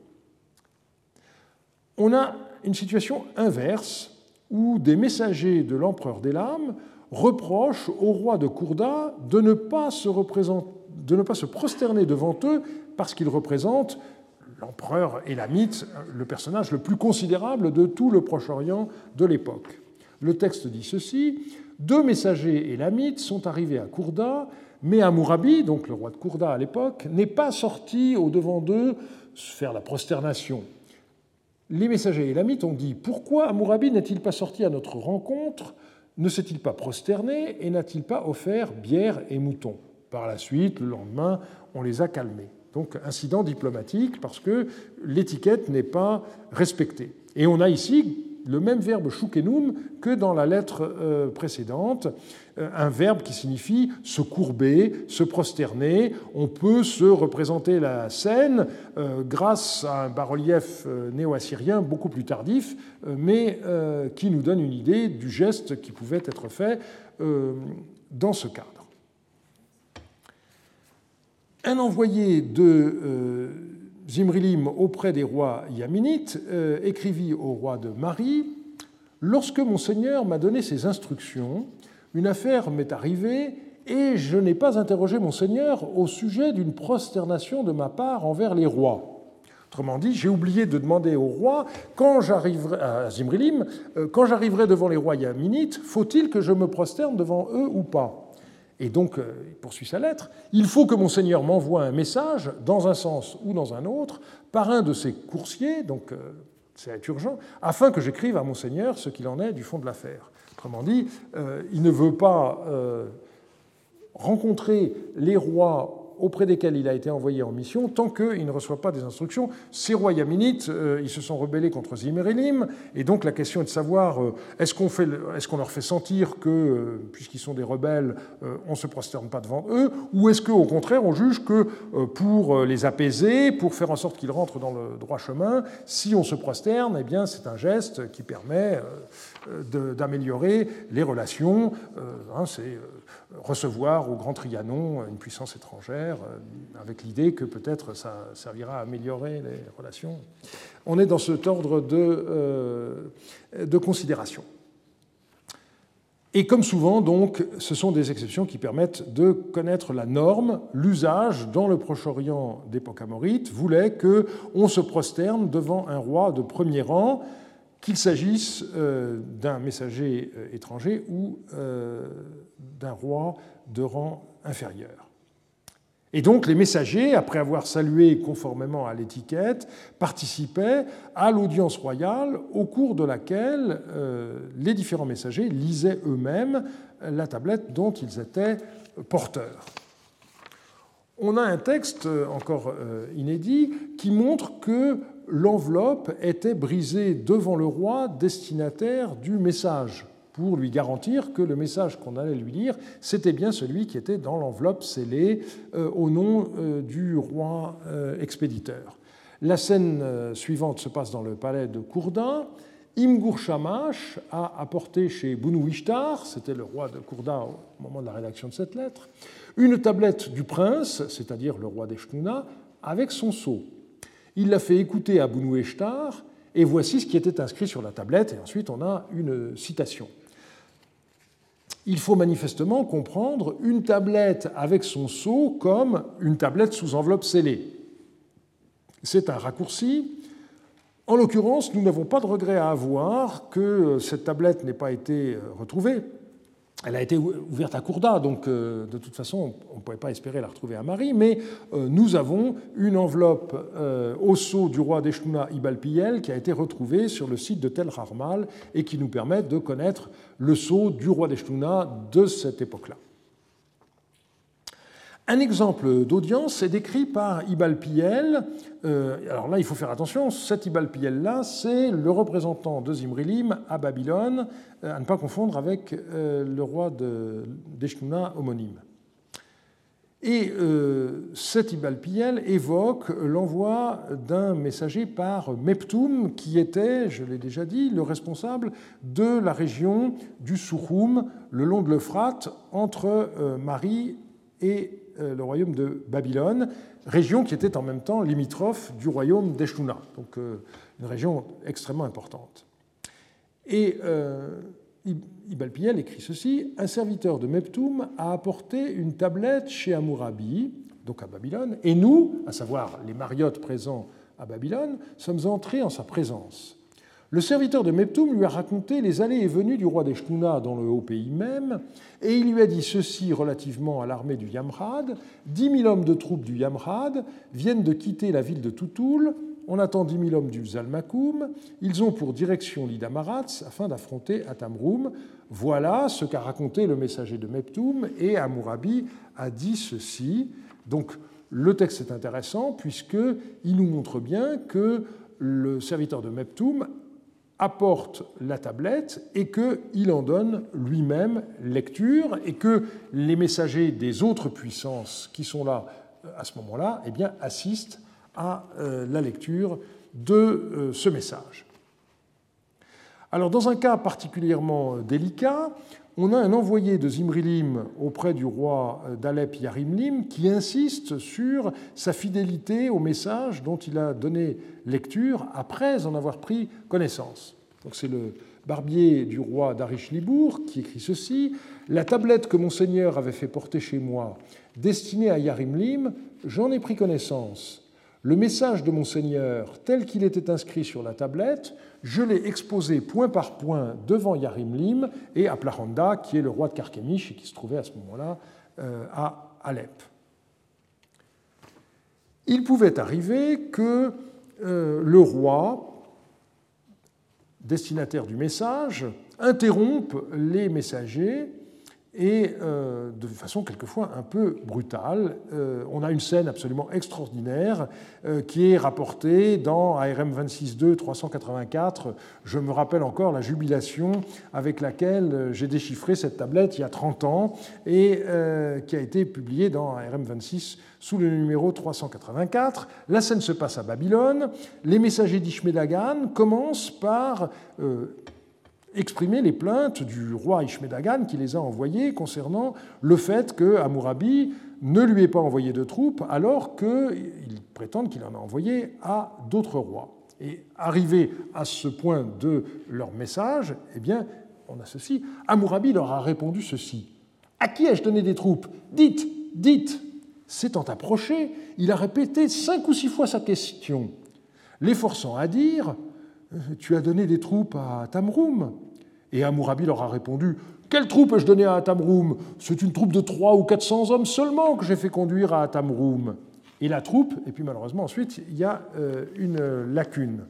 On a une situation inverse où des messagers de l'empereur d'Élam reprochent au roi de Kourda de ne pas se, de ne pas se prosterner devant eux parce qu'ils représentent l'empereur élamite, le personnage le plus considérable de tout le Proche-Orient de l'époque. Le texte dit ceci, « Deux messagers élamites sont arrivés à Kourda, mais Hammurabi, donc le roi de Kourda à l'époque, n'est pas sorti au-devant d'eux faire la prosternation. Les messagers élamites ont dit « Pourquoi Hammurabi n'est-il pas sorti à notre rencontre? Ne s'est-il pas prosterné et n'a-t-il pas offert bière et moutons ?» Par la suite, le lendemain, on les a calmés. Donc, incident diplomatique parce que l'étiquette n'est pas respectée. Et on a ici le même verbe choukenum que dans la lettre précédente, un verbe qui signifie se courber, se prosterner. On peut se représenter la scène grâce à un bas-relief néo-assyrien beaucoup plus tardif, mais qui nous donne une idée du geste qui pouvait être fait dans ce cadre. Un envoyé de euh, Zimrilim auprès des rois yaminites euh, écrivit au roi de Marie « Lorsque mon seigneur m'a donné ses instructions, une affaire m'est arrivée et je n'ai pas interrogé mon seigneur au sujet d'une prosternation de ma part envers les rois. » Autrement dit, j'ai oublié de demander au roi, quand j'arriverai à Zimrilim, euh, quand j'arriverai devant les rois yaminites, faut-il que je me prosterne devant eux ou pas? Et donc, euh, il poursuit sa lettre, il faut que mon seigneur m'envoie un message, dans un sens ou dans un autre, par un de ses coursiers, donc euh, c'est urgent, afin que j'écrive à mon seigneur ce qu'il en est du fond de l'affaire. Autrement dit, euh, il ne veut pas euh, rencontrer les rois auprès desquels il a été envoyé en mission, tant qu'il ne reçoit pas des instructions. Ces rois yaminites, euh, ils se sont rebellés contre Zimrilim, et donc la question est de savoir, euh, est-ce qu'on fait, est-ce qu'on leur fait sentir que, euh, puisqu'ils sont des rebelles, euh, on ne se prosterne pas devant eux, ou est-ce qu'au contraire, on juge que euh, pour les apaiser, pour faire en sorte qu'ils rentrent dans le droit chemin, si on se prosterne, eh bien, c'est un geste qui permet euh, de, d'améliorer les relations, euh, hein, c'est euh, recevoir au Grand Trianon une puissance étrangère, avec l'idée que peut-être ça servira à améliorer les relations. On est dans cet ordre de, euh, de considération. Et comme souvent, donc, ce sont des exceptions qui permettent de connaître la norme. L'usage dans le Proche-Orient d'époque amorite voulait qu'on se prosterne devant un roi de premier rang, qu'il s'agisse euh, d'un messager euh, étranger ou euh, d'un roi de rang inférieur. Et donc les messagers, après avoir salué conformément à l'étiquette, participaient à l'audience royale au cours de laquelle euh, les différents messagers lisaient eux-mêmes la tablette dont ils étaient porteurs. On a un texte encore euh, inédit qui montre que l'enveloppe était brisée devant le roi destinataire du message, pour lui garantir que le message qu'on allait lui lire, c'était bien celui qui était dans l'enveloppe scellée euh, au nom euh, du roi euh, expéditeur. La scène euh, suivante se passe dans le palais de Kourda. Imgur Shamash a apporté chez Bounou Ishtar, c'était le roi de Kourda au moment de la rédaction de cette lettre, une tablette du prince, c'est-à-dire le roi d'Eshnouna, avec son sceau. Il l'a fait écouter à Bounou Ishtar, et voici ce qui était inscrit sur la tablette, et ensuite on a une citation. Il faut manifestement comprendre une tablette avec son sceau comme une tablette sous enveloppe scellée. C'est un raccourci. En l'occurrence, nous n'avons pas de regret à avoir que cette tablette n'ait pas été retrouvée. Elle a été ouverte à Kourda, donc de toute façon, on ne pouvait pas espérer la retrouver à Marie, mais nous avons une enveloppe au sceau du roi d'Eshnouna Ibalpiyel qui a été retrouvée sur le site de Tel Harmal et qui nous permet de connaître le sceau du roi d'Eshnouna de cette époque-là. Un exemple d'audience est décrit par Ibalpiyel. Euh, alors là, il faut faire attention, cet Ibalpiyel-là, c'est le représentant de Zimrilim à Babylone, à ne pas confondre avec euh, le roi d'Eshnouna homonyme. Et euh, cet Ibalpiyel évoque l'envoi d'un messager par Meptoum, qui était, je l'ai déjà dit, le responsable de la région du Souchoum, le long de l'Euphrate, entre euh, Marie et le royaume de Babylone, région qui était en même temps limitrophe du royaume d'Eshnouna, donc une région extrêmement importante. Et euh, Ibalpiyel écrit ceci: un serviteur de Meptoum a apporté une tablette chez Hammurabi, donc à Babylone, et nous, à savoir les mariotes présents à Babylone, sommes entrés en sa présence. Le serviteur de Meptoum lui a raconté les allées et venues du roi d'Eshnouna dans le haut pays même, et il lui a dit ceci relativement à l'armée du Yamrad: dix mille hommes de troupes du Yamrad viennent de quitter la ville de Toutoul, on attend dix mille hommes du Zalmakoum, ils ont pour direction l'Idamaratz afin d'affronter Atamroum. Voilà ce qu'a raconté le messager de Meptoum, et Hammurabi a dit ceci. Donc le texte est intéressant puisqu'il nous montre bien que le serviteur de Meptoum apporte la tablette et qu'il en donne lui-même lecture, et que les messagers des autres puissances qui sont là à ce moment-là, eh bien, assistent à la lecture de ce message. Alors, dans un cas particulièrement délicat, on a un envoyé de Zimrilim auprès du roi d'Alep Yarimlim qui insiste sur sa fidélité au message dont il a donné lecture après en avoir pris connaissance. Donc c'est le barbier du roi d'Arish-Libour qui écrit ceci: la tablette que mon seigneur avait fait porter chez moi, destinée à Yarimlim, j'en ai pris connaissance. Le message de Monseigneur, tel qu'il était inscrit sur la tablette, je l'ai exposé point par point devant Yarim-Lim et à Plahanda, qui est le roi de Carchemish et qui se trouvait à ce moment-là euh, à Alep. Il pouvait arriver que euh, le roi, destinataire du message, interrompe les messagers et euh, de façon quelquefois un peu brutale. Euh, on a une scène absolument extraordinaire euh, qui est rapportée dans A R M vingt-six deux trois cent quatre-vingt-quatre. Je me rappelle encore la jubilation avec laquelle j'ai déchiffré cette tablette il y a trente ans et euh, qui a été publiée dans A R M vingt-six sous le numéro trois cent quatre-vingt-quatre. La scène se passe à Babylone. Les messagers d'Ishmedagan commencent par euh, exprimer les plaintes du roi Ishmedagan qui les a envoyées concernant le fait que Hammurabi ne lui ait pas envoyé de troupes alors qu'ils prétendent qu'il en a envoyé à d'autres rois. Et arrivé à ce point de leur message, eh bien, on a ceci. Hammurabi leur a répondu ceci. « À qui ai-je donné des troupes ? Dites, dites !» S'étant approché, il a répété cinq ou six fois sa question, les forçant à dire « Tu as donné des troupes à Tamroum ?» Et Hammurabi leur a répondu « Quelle troupe ai-je donnée à Tamroum ? C'est une troupe de trois ou quatre cents hommes seulement que j'ai fait conduire à Tamroum. » Et la troupe, et puis malheureusement ensuite, il y a une lacune.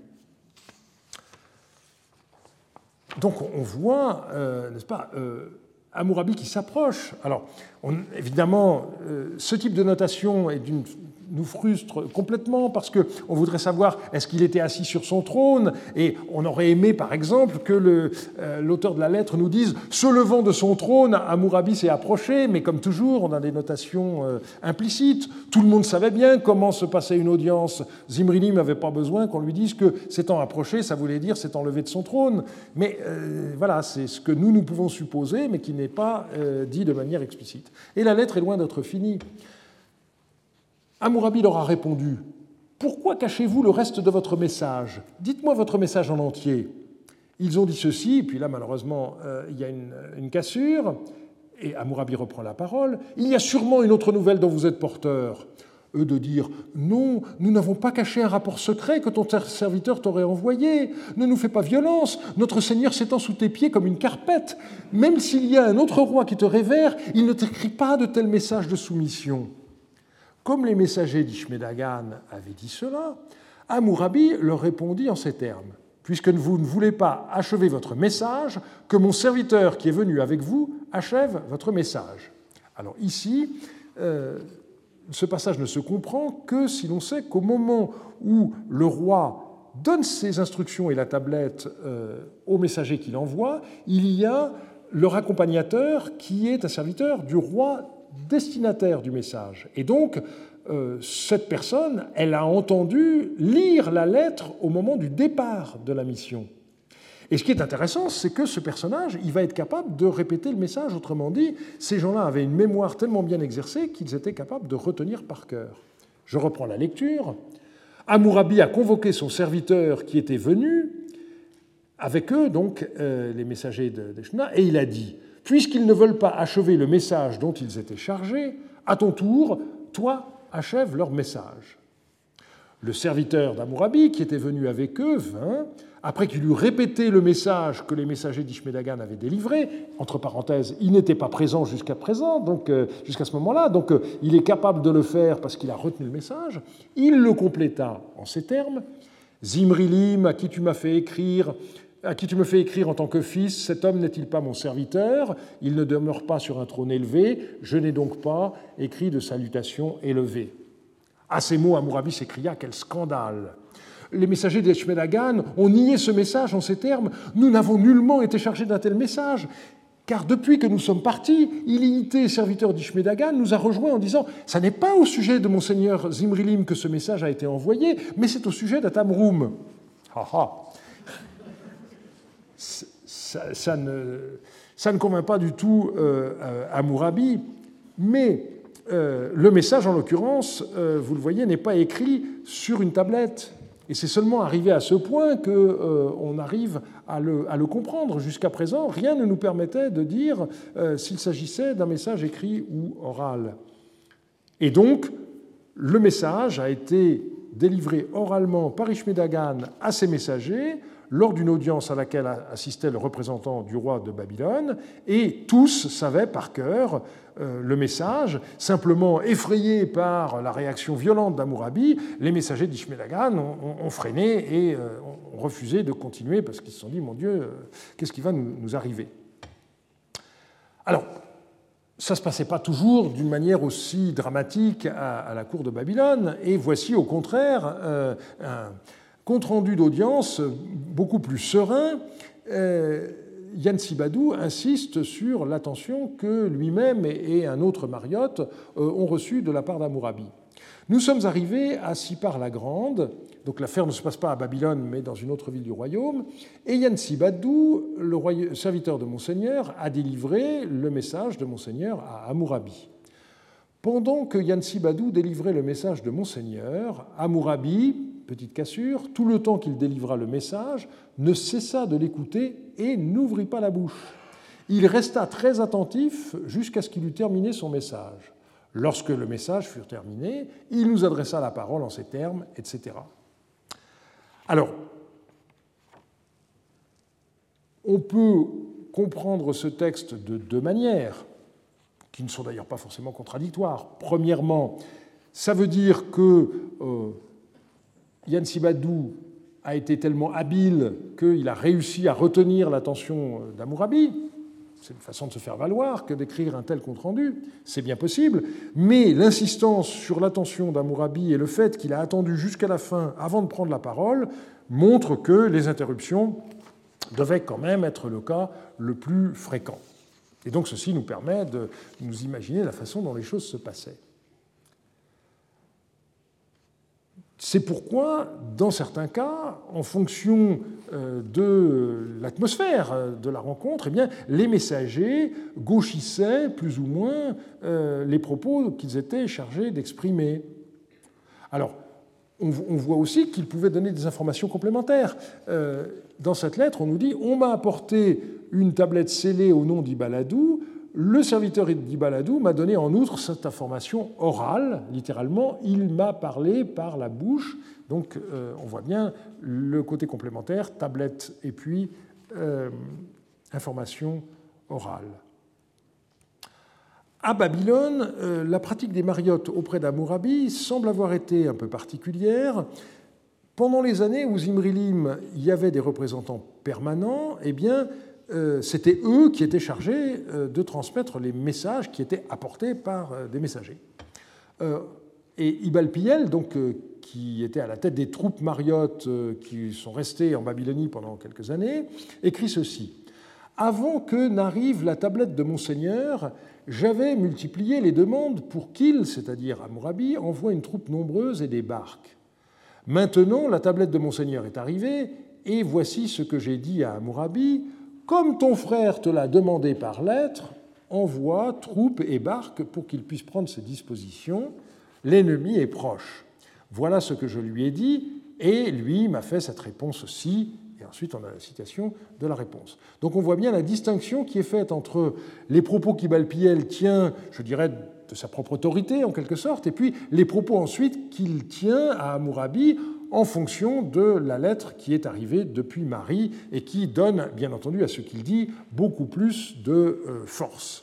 Donc on voit, euh, n'est-ce pas, euh, Hammurabi qui s'approche. Alors, on, évidemment, euh, ce type de notation est d'une, nous frustre complètement parce qu'on voudrait savoir est-ce qu'il était assis sur son trône, et on aurait aimé, par exemple, que le, euh, l'auteur de la lettre nous dise « Se levant de son trône, Hammurabi s'est approché », mais comme toujours, on a des notations euh, implicites. Tout le monde savait bien comment se passait une audience. Zimri-Lim n'avait pas besoin qu'on lui dise que s'étant approché, ça voulait dire s'étant levé de son trône. Mais euh, voilà, c'est ce que nous, nous pouvons supposer, mais qui n'est pas euh, dit de manière explicite. Et la lettre est loin d'être finie. Hammurabi leur a répondu « Pourquoi cachez-vous le reste de votre message ? Dites-moi votre message en entier. » Ils ont dit ceci, et puis là, malheureusement, euh, il y a une, une cassure, et Hammurabi reprend la parole. « Il y a sûrement une autre nouvelle dont vous êtes porteur. » Eux de dire « Non, nous n'avons pas caché un rapport secret que ton serviteur t'aurait envoyé. Ne nous fais pas violence, notre Seigneur s'étend sous tes pieds comme une carpette. Même s'il y a un autre roi qui te révère, il ne t'écrit pas de tels messages de soumission. » Comme les messagers d'Ishmedagan avaient dit cela, Hammurabi leur répondit en ces termes. « Puisque vous ne voulez pas achever votre message, que mon serviteur qui est venu avec vous achève votre message. » Alors ici, euh, ce passage ne se comprend que si l'on sait qu'au moment où le roi donne ses instructions et la tablette euh, au messager qu'il envoie, il y a leur accompagnateur qui est un serviteur du roi destinataire du message. Et donc, euh, cette personne, elle a entendu lire la lettre au moment du départ de la mission. Et ce qui est intéressant, c'est que ce personnage, il va être capable de répéter le message. Autrement dit, ces gens-là avaient une mémoire tellement bien exercée qu'ils étaient capables de retenir par cœur. Je reprends la lecture. Hammurabi a convoqué son serviteur qui était venu, avec eux, donc, euh, les messagers de d'Eshna, et il a dit « Puisqu'ils ne veulent pas achever le message dont ils étaient chargés, à ton tour, toi, achève leur message. » Le serviteur d'Hammurabi, qui était venu avec eux, vint, après qu'il eut répété le message que les messagers d'Ishmedagan avaient délivré, entre parenthèses, il n'était pas présent jusqu'à présent, donc euh, jusqu'à ce moment-là, donc euh, il est capable de le faire parce qu'il a retenu le message, il le compléta en ces termes « Zimri-Lim, à qui tu m'as fait écrire, à qui tu me fais écrire en tant que fils, cet homme n'est-il pas mon serviteur? Il ne demeure pas sur un trône élevé, je n'ai donc pas écrit de salutation élevée. » À ces mots, Hammurabi s'écria « Quel scandale !» Les messagers d'Ishmedagan ont nié ce message en ces termes. « Nous n'avons nullement été chargés d'un tel message, car depuis que nous sommes partis, Illimité, serviteur d'Ishmedagan, nous a rejoints en disant « Ça n'est pas au sujet de monseigneur Zimri-Lim que ce message a été envoyé, mais c'est au sujet d'Atamroum. » Ha ha. Ça, ça, ne, ça ne convainc pas du tout euh, Hammurabi, mais euh, le message, en l'occurrence, euh, vous le voyez, n'est pas écrit sur une tablette. Et c'est seulement arrivé à ce point qu'on euh, arrive à le, à le comprendre. Jusqu'à présent, rien ne nous permettait de dire euh, s'il s'agissait d'un message écrit ou oral. Et donc, le message a été délivré oralement par Ishme-Dagan à ses messagers lors d'une audience à laquelle assistait le représentant du roi de Babylone, et tous savaient par cœur euh, le message. Simplement effrayés par la réaction violente d'Hammurabi, les messagers d'Ishme-Dagan ont, ont, ont freiné et euh, ont refusé de continuer parce qu'ils se sont dit « Mon Dieu, euh, qu'est-ce qui va nous, nous arriver ?» Alors, ça ne se passait pas toujours d'une manière aussi dramatique à, à la cour de Babylone, et voici au contraire euh, un compte-rendu d'audience beaucoup plus serein. Euh, Yansi-Badu insiste sur l'attention que lui-même et un autre Mariotte ont reçue de la part d'Hammurabi. Nous sommes arrivés à Sipar-la-Grande, donc l'affaire ne se passe pas à Babylone, mais dans une autre ville du royaume, et Yansi-Badu, le roya... serviteur de Monseigneur, a délivré le message de Monseigneur à Hammurabi. Pendant que Yansi-Badu délivrait le message de Monseigneur, Hammurabi, petite cassure, tout le temps qu'il délivra le message, ne cessa de l'écouter et n'ouvrit pas la bouche. Il resta très attentif jusqu'à ce qu'il eût terminé son message. Lorsque le message fut terminé, il nous adressa la parole en ces termes, et cetera. Alors, on peut comprendre ce texte de deux manières, qui ne sont d'ailleurs pas forcément contradictoires. Premièrement, ça veut dire que euh, Yansi-Badu a été tellement habile qu'il a réussi à retenir l'attention d'Hammurabi. C'est une façon de se faire valoir que d'écrire un tel compte-rendu, c'est bien possible, mais l'insistance sur l'attention d'Hammurabi et le fait qu'il a attendu jusqu'à la fin avant de prendre la parole montrent que les interruptions devaient quand même être le cas le plus fréquent. Et donc ceci nous permet de nous imaginer la façon dont les choses se passaient. C'est pourquoi, dans certains cas, en fonction de l'atmosphère de la rencontre, eh bien, les messagers gauchissaient plus ou moins les propos qu'ils étaient chargés d'exprimer. Alors, on voit aussi qu'ils pouvaient donner des informations complémentaires. Dans cette lettre, on nous dit « On m'a apporté une tablette scellée au nom d'Ibbaladu. Le serviteur d'Ibbaladu m'a donné en outre cette information orale, littéralement, il m'a parlé par la bouche. » Donc euh, on voit bien le côté complémentaire, tablette et puis euh, information orale. À Babylone, euh, la pratique des mariottes auprès d'Hammurabi semble avoir été un peu particulière. Pendant les années où Zimri-Lim y avait des représentants permanents, eh bien, euh, c'était eux qui étaient chargés euh, de transmettre les messages qui étaient apportés par euh, des messagers. Euh, et Ibalpiel, donc, euh, qui était à la tête des troupes mariottes euh, qui sont restées en Babylonie pendant quelques années, écrit ceci. « Avant que n'arrive la tablette de Monseigneur, j'avais multiplié les demandes pour qu'il, c'est-à-dire Hammurabi, envoie une troupe nombreuse et des barques. Maintenant, la tablette de Monseigneur est arrivée, et voici ce que j'ai dit à Hammurabi. Comme ton frère te l'a demandé par lettre, envoie troupes et barques pour qu'il puisse prendre ses dispositions. L'ennemi est proche. Voilà ce que je lui ai dit, et lui m'a fait cette réponse-ci. » Et ensuite, on a la citation de la réponse. Donc on voit bien la distinction qui est faite entre les propos qu'Ibalpiel tient, je dirais, de sa propre autorité, en quelque sorte, et puis les propos ensuite qu'il tient à Hammurabi en fonction de la lettre qui est arrivée depuis Marie et qui donne, bien entendu, à ce qu'il dit, beaucoup plus de force.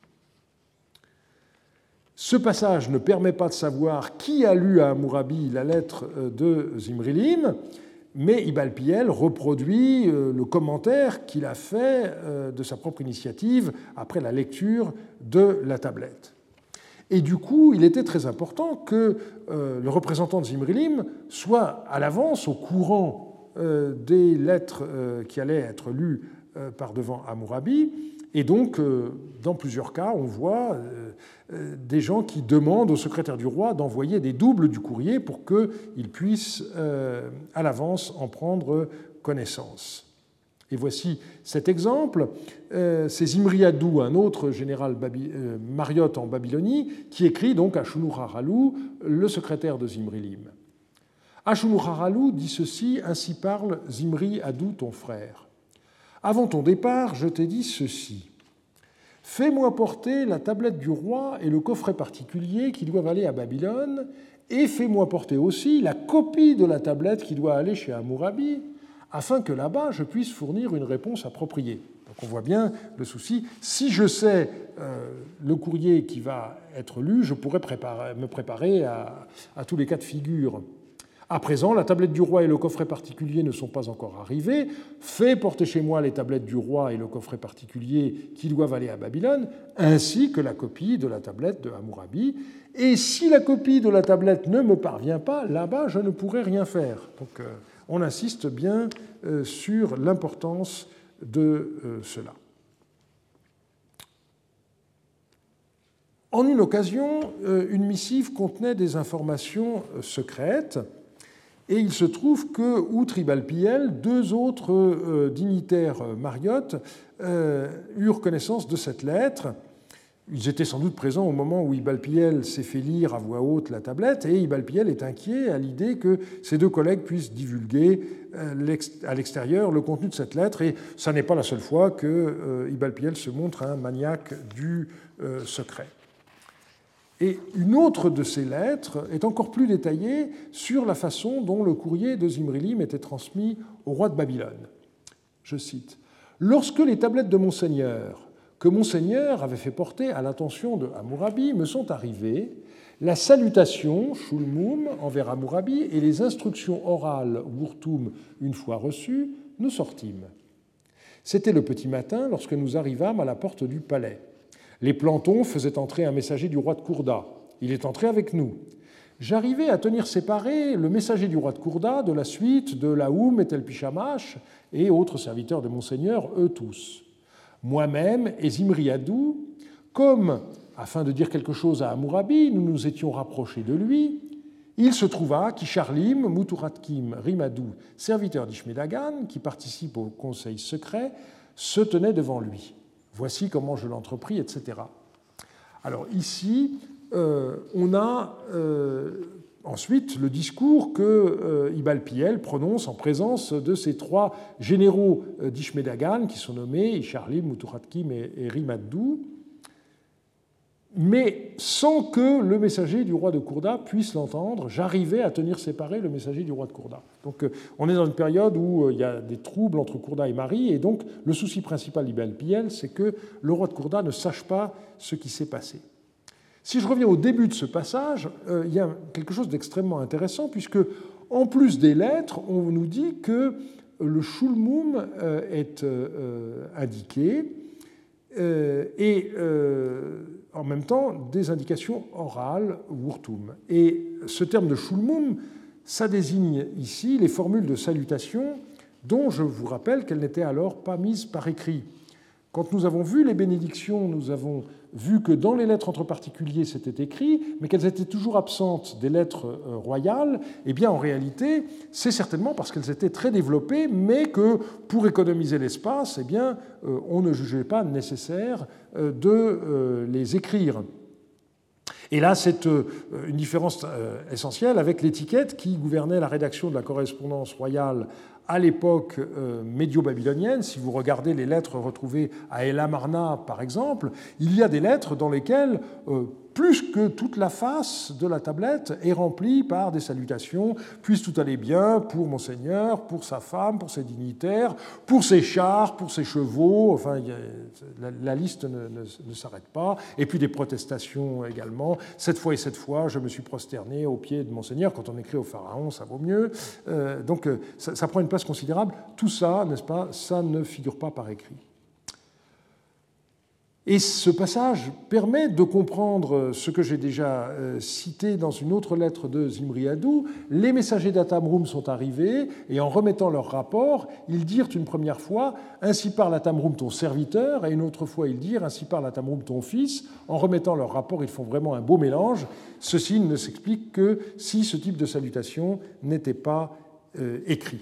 Ce passage ne permet pas de savoir qui a lu à Hammurabi la lettre de Zimri-Lim, mais Ibalpiel reproduit le commentaire qu'il a fait de sa propre initiative après la lecture de la tablette. Et du coup, il était très important que euh, le représentant de Zimri-Lim soit à l'avance au courant euh, des lettres euh, qui allaient être lues euh, par devant Hammurabi. Et donc, euh, dans plusieurs cas, on voit euh, euh, des gens qui demandent au secrétaire du roi d'envoyer des doubles du courrier pour qu'il puisse euh, à l'avance en prendre connaissance. Et voici cet exemple. C'est Zimri-Adu, un autre général Baby... mariotte en Babylonie, qui écrit donc à Shunu-Haralu, le secrétaire de Zimri-Lim. Ashunu-Haralu dit ceci, ainsi parle Zimri-Adu, ton frère. Avant ton départ, je t'ai dit ceci. Fais-moi porter la tablette du roi et le coffret particulier qui doivent aller à Babylone, et fais-moi porter aussi la copie de la tablette qui doit aller chez Hammurabi, afin que là-bas je puisse fournir une réponse appropriée. Donc on voit bien le souci. Si je sais euh, le courrier qui va être lu, je pourrais préparer, me préparer à, à tous les cas de figure. À présent, la tablette du roi et le coffret particulier ne sont pas encore arrivés. Fais porter chez moi les tablettes du roi et le coffret particulier qui doivent aller à Babylone, ainsi que la copie de la tablette de Hammurabi. Et si la copie de la tablette ne me parvient pas, là-bas, je ne pourrai rien faire. Donc, euh, on insiste bien euh, sur l'importance de euh, cela. En une occasion, euh, une missive contenait des informations euh, secrètes. Et il se trouve que, outre Ibalpiel, deux autres euh, dignitaires mariotes euh, eurent connaissance de cette lettre. Ils étaient sans doute présents au moment où Ibalpiel s'est fait lire à voix haute la tablette, et Ibalpiel est inquiet à l'idée que ses deux collègues puissent divulguer euh, à l'extérieur le contenu de cette lettre, et ça n'est pas la seule fois que euh, Ibalpiel se montre un maniaque du euh, secret. Et une autre de ces lettres est encore plus détaillée sur la façon dont le courrier de Zimrilim était transmis au roi de Babylone. Je cite : « Lorsque les tablettes de Monseigneur, que Monseigneur avait fait porter à l'attention de Hammurabi, me sont arrivées, la salutation, Shulmum, envers Hammurabi et les instructions orales, Wurtum, une fois reçues, nous sortîmes. C'était le petit matin lorsque nous arrivâmes à la porte du palais. Les plantons faisaient entrer un messager du roi de Kourda. Il est entré avec nous. J'arrivais à tenir séparé le messager du roi de Kourda de la suite de Laoum et Tel-Pichamash et autres serviteurs de Monseigneur, eux tous. Moi-même et Zimriadou, comme, afin de dire quelque chose à Hammurabi, nous nous étions rapprochés de lui, il se trouva qu'Isharlim, Muturatkim, Rimadou, serviteur d'Ishmedagan, qui participe au conseil secret, se tenait devant lui. Voici comment je l'entrepris, et cetera. Alors ici, euh, on a euh, ensuite le discours que euh, Ibalpiel prononce en présence de ces trois généraux d'Ishmedagan qui sont nommés Isharlim, Muturatkim et, et Rimadou, mais sans que le messager du roi de Kourda puisse l'entendre. J'arrivais à tenir séparé le messager du roi de Kourda. Donc on est dans une période où il y a des troubles entre Kourda et Mari, et donc le souci principal d'Ibalpiel, c'est que le roi de Kourda ne sache pas ce qui s'est passé. Si je reviens au début de ce passage, il y a quelque chose d'extrêmement intéressant, puisque en plus des lettres, on nous dit que le Shulmum est indiqué, et en même temps des indications orales, Wurtum. Et ce terme de Shulmum, ça désigne ici les formules de salutation dont je vous rappelle qu'elles n'étaient alors pas mises par écrit. Quand nous avons vu les bénédictions, nous avons vu que dans les lettres entre particuliers c'était écrit, mais qu'elles étaient toujours absentes des lettres royales. Eh bien, en réalité, c'est certainement parce qu'elles étaient très développées, mais que pour économiser l'espace, eh bien, on ne jugeait pas nécessaire de les écrire. Et là, c'est une différence essentielle avec l'étiquette qui gouvernait la rédaction de la correspondance royale à l'époque médio-babylonienne. Si vous regardez les lettres retrouvées à El Amarna, par exemple, il y a des lettres dans lesquelles plus que toute la face de la tablette est remplie par des salutations, puisse tout aller bien pour Monseigneur, pour sa femme, pour ses dignitaires, pour ses chars, pour ses chevaux, enfin, la, la liste ne, ne, ne s'arrête pas, et puis des protestations également, cette fois et cette fois, je me suis prosterné aux pieds de Monseigneur. Quand on écrit au pharaon, ça vaut mieux. Euh, donc ça, ça prend une place considérable. Tout ça, n'est-ce pas, ça ne figure pas par écrit. Et ce passage permet de comprendre ce que j'ai déjà cité dans une autre lettre de Zimriadou. Les messagers d'Atamrum sont arrivés, et en remettant leur rapport, ils dirent une première fois « Ainsi parle Atamrum ton serviteur », et une autre fois ils dirent « Ainsi parle Atamrum ton fils ». En remettant leur rapport, ils font vraiment un beau mélange. Ceci ne s'explique que si ce type de salutation n'était pas euh, écrit.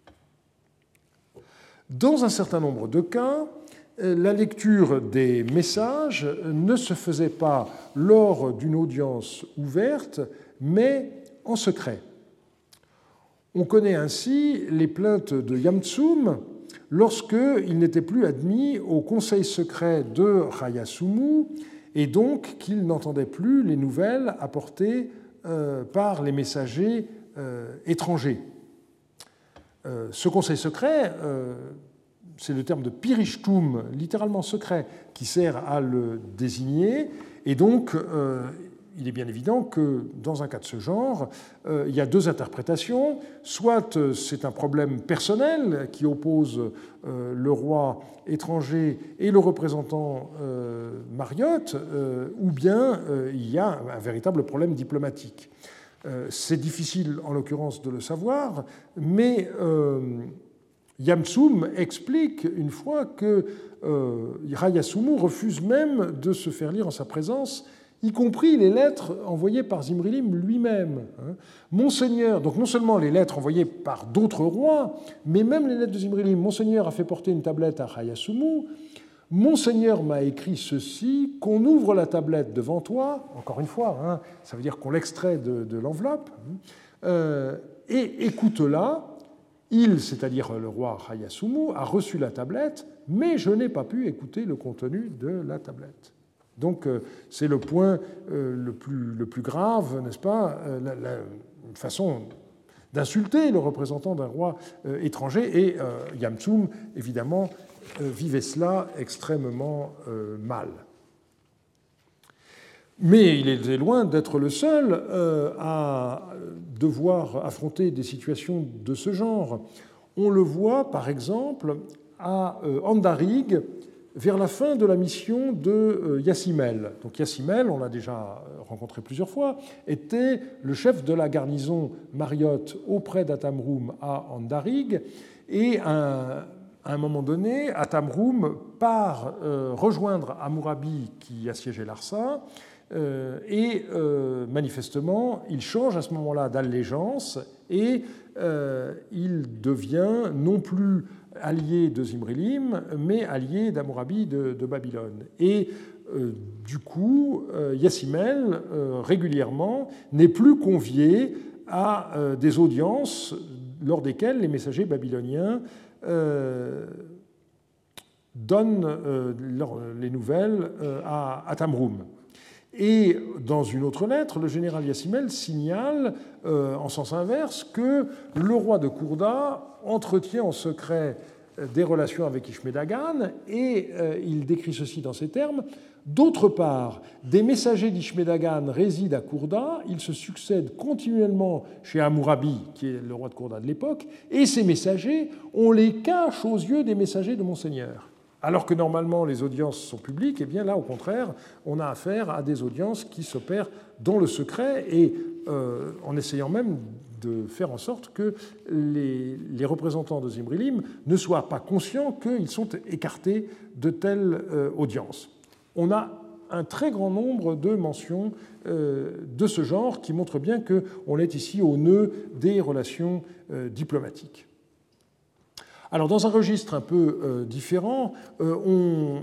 Dans un certain nombre de cas, la lecture des messages ne se faisait pas lors d'une audience ouverte, mais en secret. On connaît ainsi les plaintes de Yamtsum lorsqu'il n'était plus admis au conseil secret de Rayasumu et donc qu'il n'entendait plus les nouvelles apportées euh, par les messagers euh, étrangers. Euh, ce conseil secret, euh, c'est le terme de Pirishtum, littéralement secret, qui sert à le désigner, et donc euh, il est bien évident que dans un cas de ce genre, euh, il y a deux interprétations. Soit euh, c'est un problème personnel qui oppose euh, le roi étranger et le représentant euh, Mariotte, euh, ou bien euh, il y a un véritable problème diplomatique. Euh, c'est difficile en l'occurrence de le savoir, mais euh, Yamtsum explique une fois que euh, Rayasumu refuse même de se faire lire en sa présence, y compris les lettres envoyées par Zimrilim lui-même. Monseigneur, donc non seulement les lettres envoyées par d'autres rois, mais même les lettres de Zimrilim. Monseigneur a fait porter une tablette à Rayasumu. Monseigneur m'a écrit ceci, qu'on ouvre la tablette devant toi, encore une fois, hein, ça veut dire qu'on l'extrait de, de l'enveloppe, euh, et écoute-la. Il, c'est-à-dire le roi Rayasumu, a reçu la tablette, mais je n'ai pas pu écouter le contenu de la tablette. Donc c'est le point le plus, le plus grave, n'est-ce pas, la, la, une façon d'insulter le représentant d'un roi étranger, et Yamtsum, évidemment, vivait cela extrêmement mal. Mais il est loin d'être le seul à devoir affronter des situations de ce genre. On le voit, par exemple, à Andarig, vers la fin de la mission de Yassimel. Donc Yassimel, on l'a déjà rencontré plusieurs fois, était le chef de la garnison mariotte auprès d'Atamroum à Andarig, et à un moment donné, Atamroum part rejoindre Hammurabi qui assiégeait Larsa, et manifestement, il change à ce moment-là d'allégeance, et il devient non plus allié de Zimrilim, mais allié d'Hammurabi de, de Babylone. Et euh, du coup, euh, Yassimel, euh, régulièrement, n'est plus convié à euh, des audiences lors desquelles les messagers babyloniens euh, donnent euh, leur, les nouvelles euh, à, à Tamroum. Et dans une autre lettre, le général Yassimel signale, euh, en sens inverse, que le roi de Kourda entretient en secret des relations avec Ishme-Dagan, et euh, il décrit ceci dans ces termes. D'autre part, des messagers d'Ishme-Dagan résident à Kourda, ils se succèdent continuellement chez Hammurabi, qui est le roi de Kourda de l'époque, et ces messagers, on les cache aux yeux des messagers de Monseigneur. Alors que normalement les audiences sont publiques, et bien là, au contraire, on a affaire à des audiences qui s'opèrent dans le secret, et euh, en essayant même de faire en sorte que les, les représentants de Zimrilim ne soient pas conscients qu'ils sont écartés de telles euh, audiences. On a un très grand nombre de mentions euh, de ce genre qui montrent bien qu'on est ici au nœud des relations euh, diplomatiques. Alors, dans un registre un peu euh, différent, euh, on,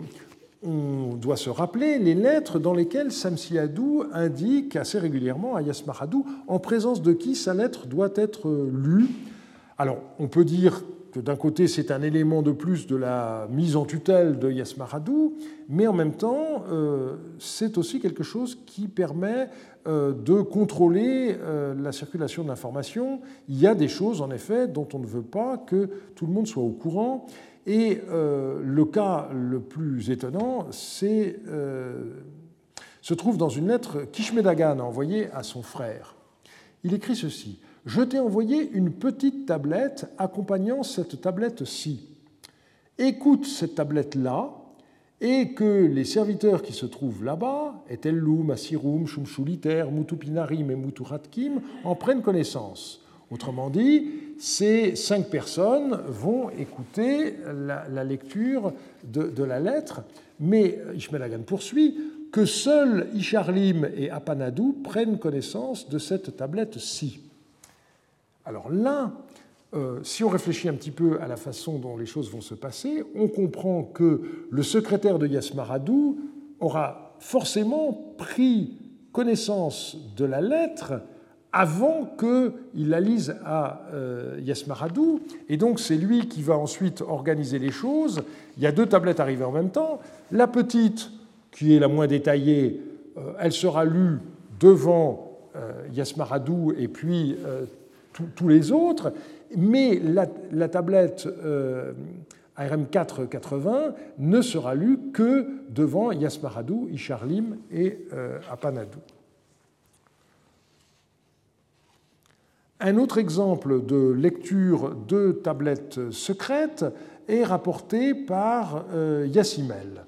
on doit se rappeler les lettres dans lesquelles Samsiadou indique assez régulièrement à Yasmaradou en présence de qui sa lettre doit être lue. Alors, on peut dire que d'un côté, c'est un élément de plus de la mise en tutelle de Yasmaradou, mais en même temps, euh, c'est aussi quelque chose qui permet euh, de contrôler euh, la circulation de l'information. Il y a des choses, en effet, dont on ne veut pas que tout le monde soit au courant. Et euh, le cas le plus étonnant, c'est, euh, se trouve dans une lettre qu'Ishme-Dagan a envoyée à son frère. Il écrit ceci. « Je t'ai envoyé une petite tablette accompagnant cette tablette-ci. Écoute cette tablette-là, et que les serviteurs qui se trouvent là-bas, Etellum, Asirum, Shumshuliter, Mutupinarim et Muturatkim, en prennent connaissance. Autrement dit, ces cinq personnes vont écouter la, la lecture de, de la lettre, mais Ishme-Dagan poursuit que seuls Isharlim et Apanadou prennent connaissance de cette tablette-ci. Alors là, euh, si on réfléchit un petit peu à la façon dont les choses vont se passer, on comprend que le secrétaire de Yasmaradou aura forcément pris connaissance de la lettre avant qu'il la lise à euh, Yasmaradou, et donc c'est lui qui va ensuite organiser les choses. Il y a deux tablettes arrivées en même temps. La petite, qui est la moins détaillée, euh, elle sera lue devant euh, Yasmaradou et puis euh, tous les autres, mais la, la tablette euh, A R M quatre quatre-vingts ne sera lue que devant Yasmaradou, Isharlim et euh, Apanadou. Un autre exemple de lecture de tablettes secrètes est rapporté par euh, Yassimel.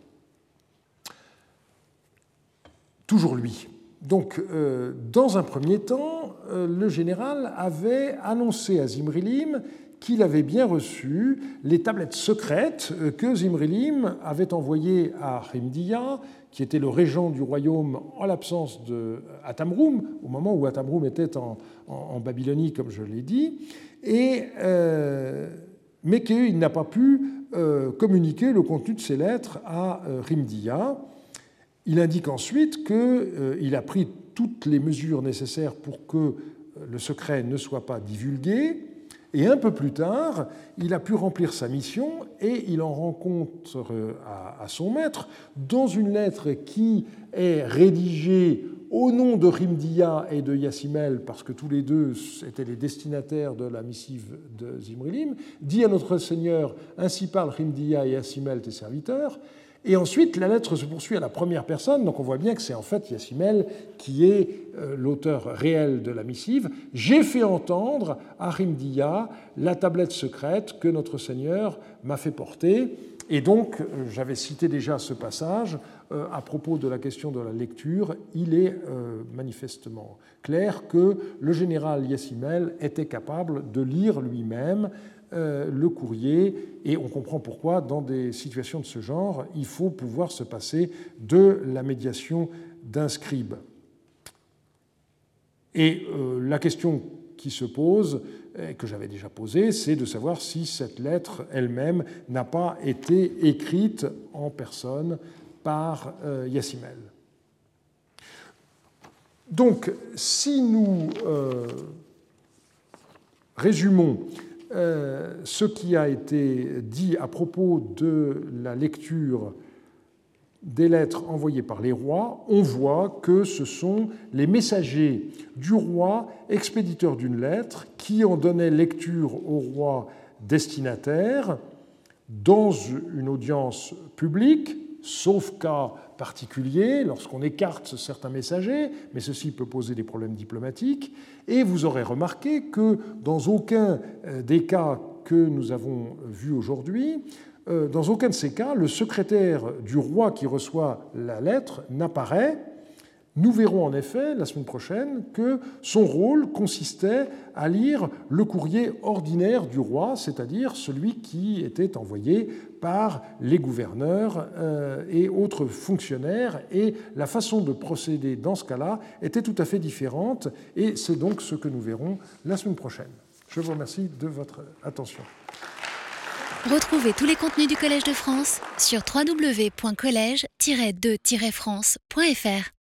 Toujours lui. Donc, euh, dans un premier temps, euh, le général avait annoncé à Zimrilim qu'il avait bien reçu les tablettes secrètes que Zimrilim avait envoyées à Himdiya, qui était le régent du royaume en l'absence de Atamroum, au moment où Atamroum était en, en, en Babylonie, comme je l'ai dit, et, euh, mais qu'il n'a pas pu euh, communiquer le contenu de ces lettres à euh, Himdiya. Il indique ensuite qu'il euh, a pris toutes les mesures nécessaires pour que le secret ne soit pas divulgué. Et un peu plus tard, il a pu remplir sa mission et il en rend compte à, à son maître dans une lettre qui est rédigée au nom de Himdiya et de Yassimel, parce que tous les deux étaient les destinataires de la missive de Zimrilim, dit à notre Seigneur, ainsi parlent Himdiya et Yassimel, tes serviteurs. Et ensuite, la lettre se poursuit à la première personne, donc on voit bien que c'est en fait Yassimel qui est euh, l'auteur réel de la missive. J'ai fait entendre à Himdiya la tablette secrète que notre Seigneur m'a fait porter. Et donc, euh, j'avais cité déjà ce passage euh, à propos de la question de la lecture. Il est euh, manifestement clair que le général Yassimel était capable de lire lui-même le courrier, et on comprend pourquoi, dans des situations de ce genre, il faut pouvoir se passer de la médiation d'un scribe. Et euh, la question qui se pose, et que j'avais déjà posée, c'est de savoir si cette lettre elle-même n'a pas été écrite en personne par euh, Yassimel. Donc, si nous euh, résumons Euh, ce qui a été dit à propos de la lecture des lettres envoyées par les rois, on voit que ce sont les messagers du roi, expéditeurs d'une lettre, qui en donnaient lecture au roi destinataire dans une audience publique, sauf cas particulier, lorsqu'on écarte certains messagers, mais ceci peut poser des problèmes diplomatiques. Et vous aurez remarqué que dans aucun des cas que nous avons vus aujourd'hui, dans aucun de ces cas, le secrétaire du roi qui reçoit la lettre n'apparaît. Nous verrons en effet la semaine prochaine que son rôle consistait à lire le courrier ordinaire du roi, c'est-à-dire celui qui était envoyé par les gouverneurs et autres fonctionnaires, et la façon de procéder dans ce cas-là était tout à fait différente, et c'est donc ce que nous verrons la semaine prochaine. Je vous remercie de votre attention. Retrouvez tous les contenus du Collège de France sur w w w point collège tiret de tiret france point f r.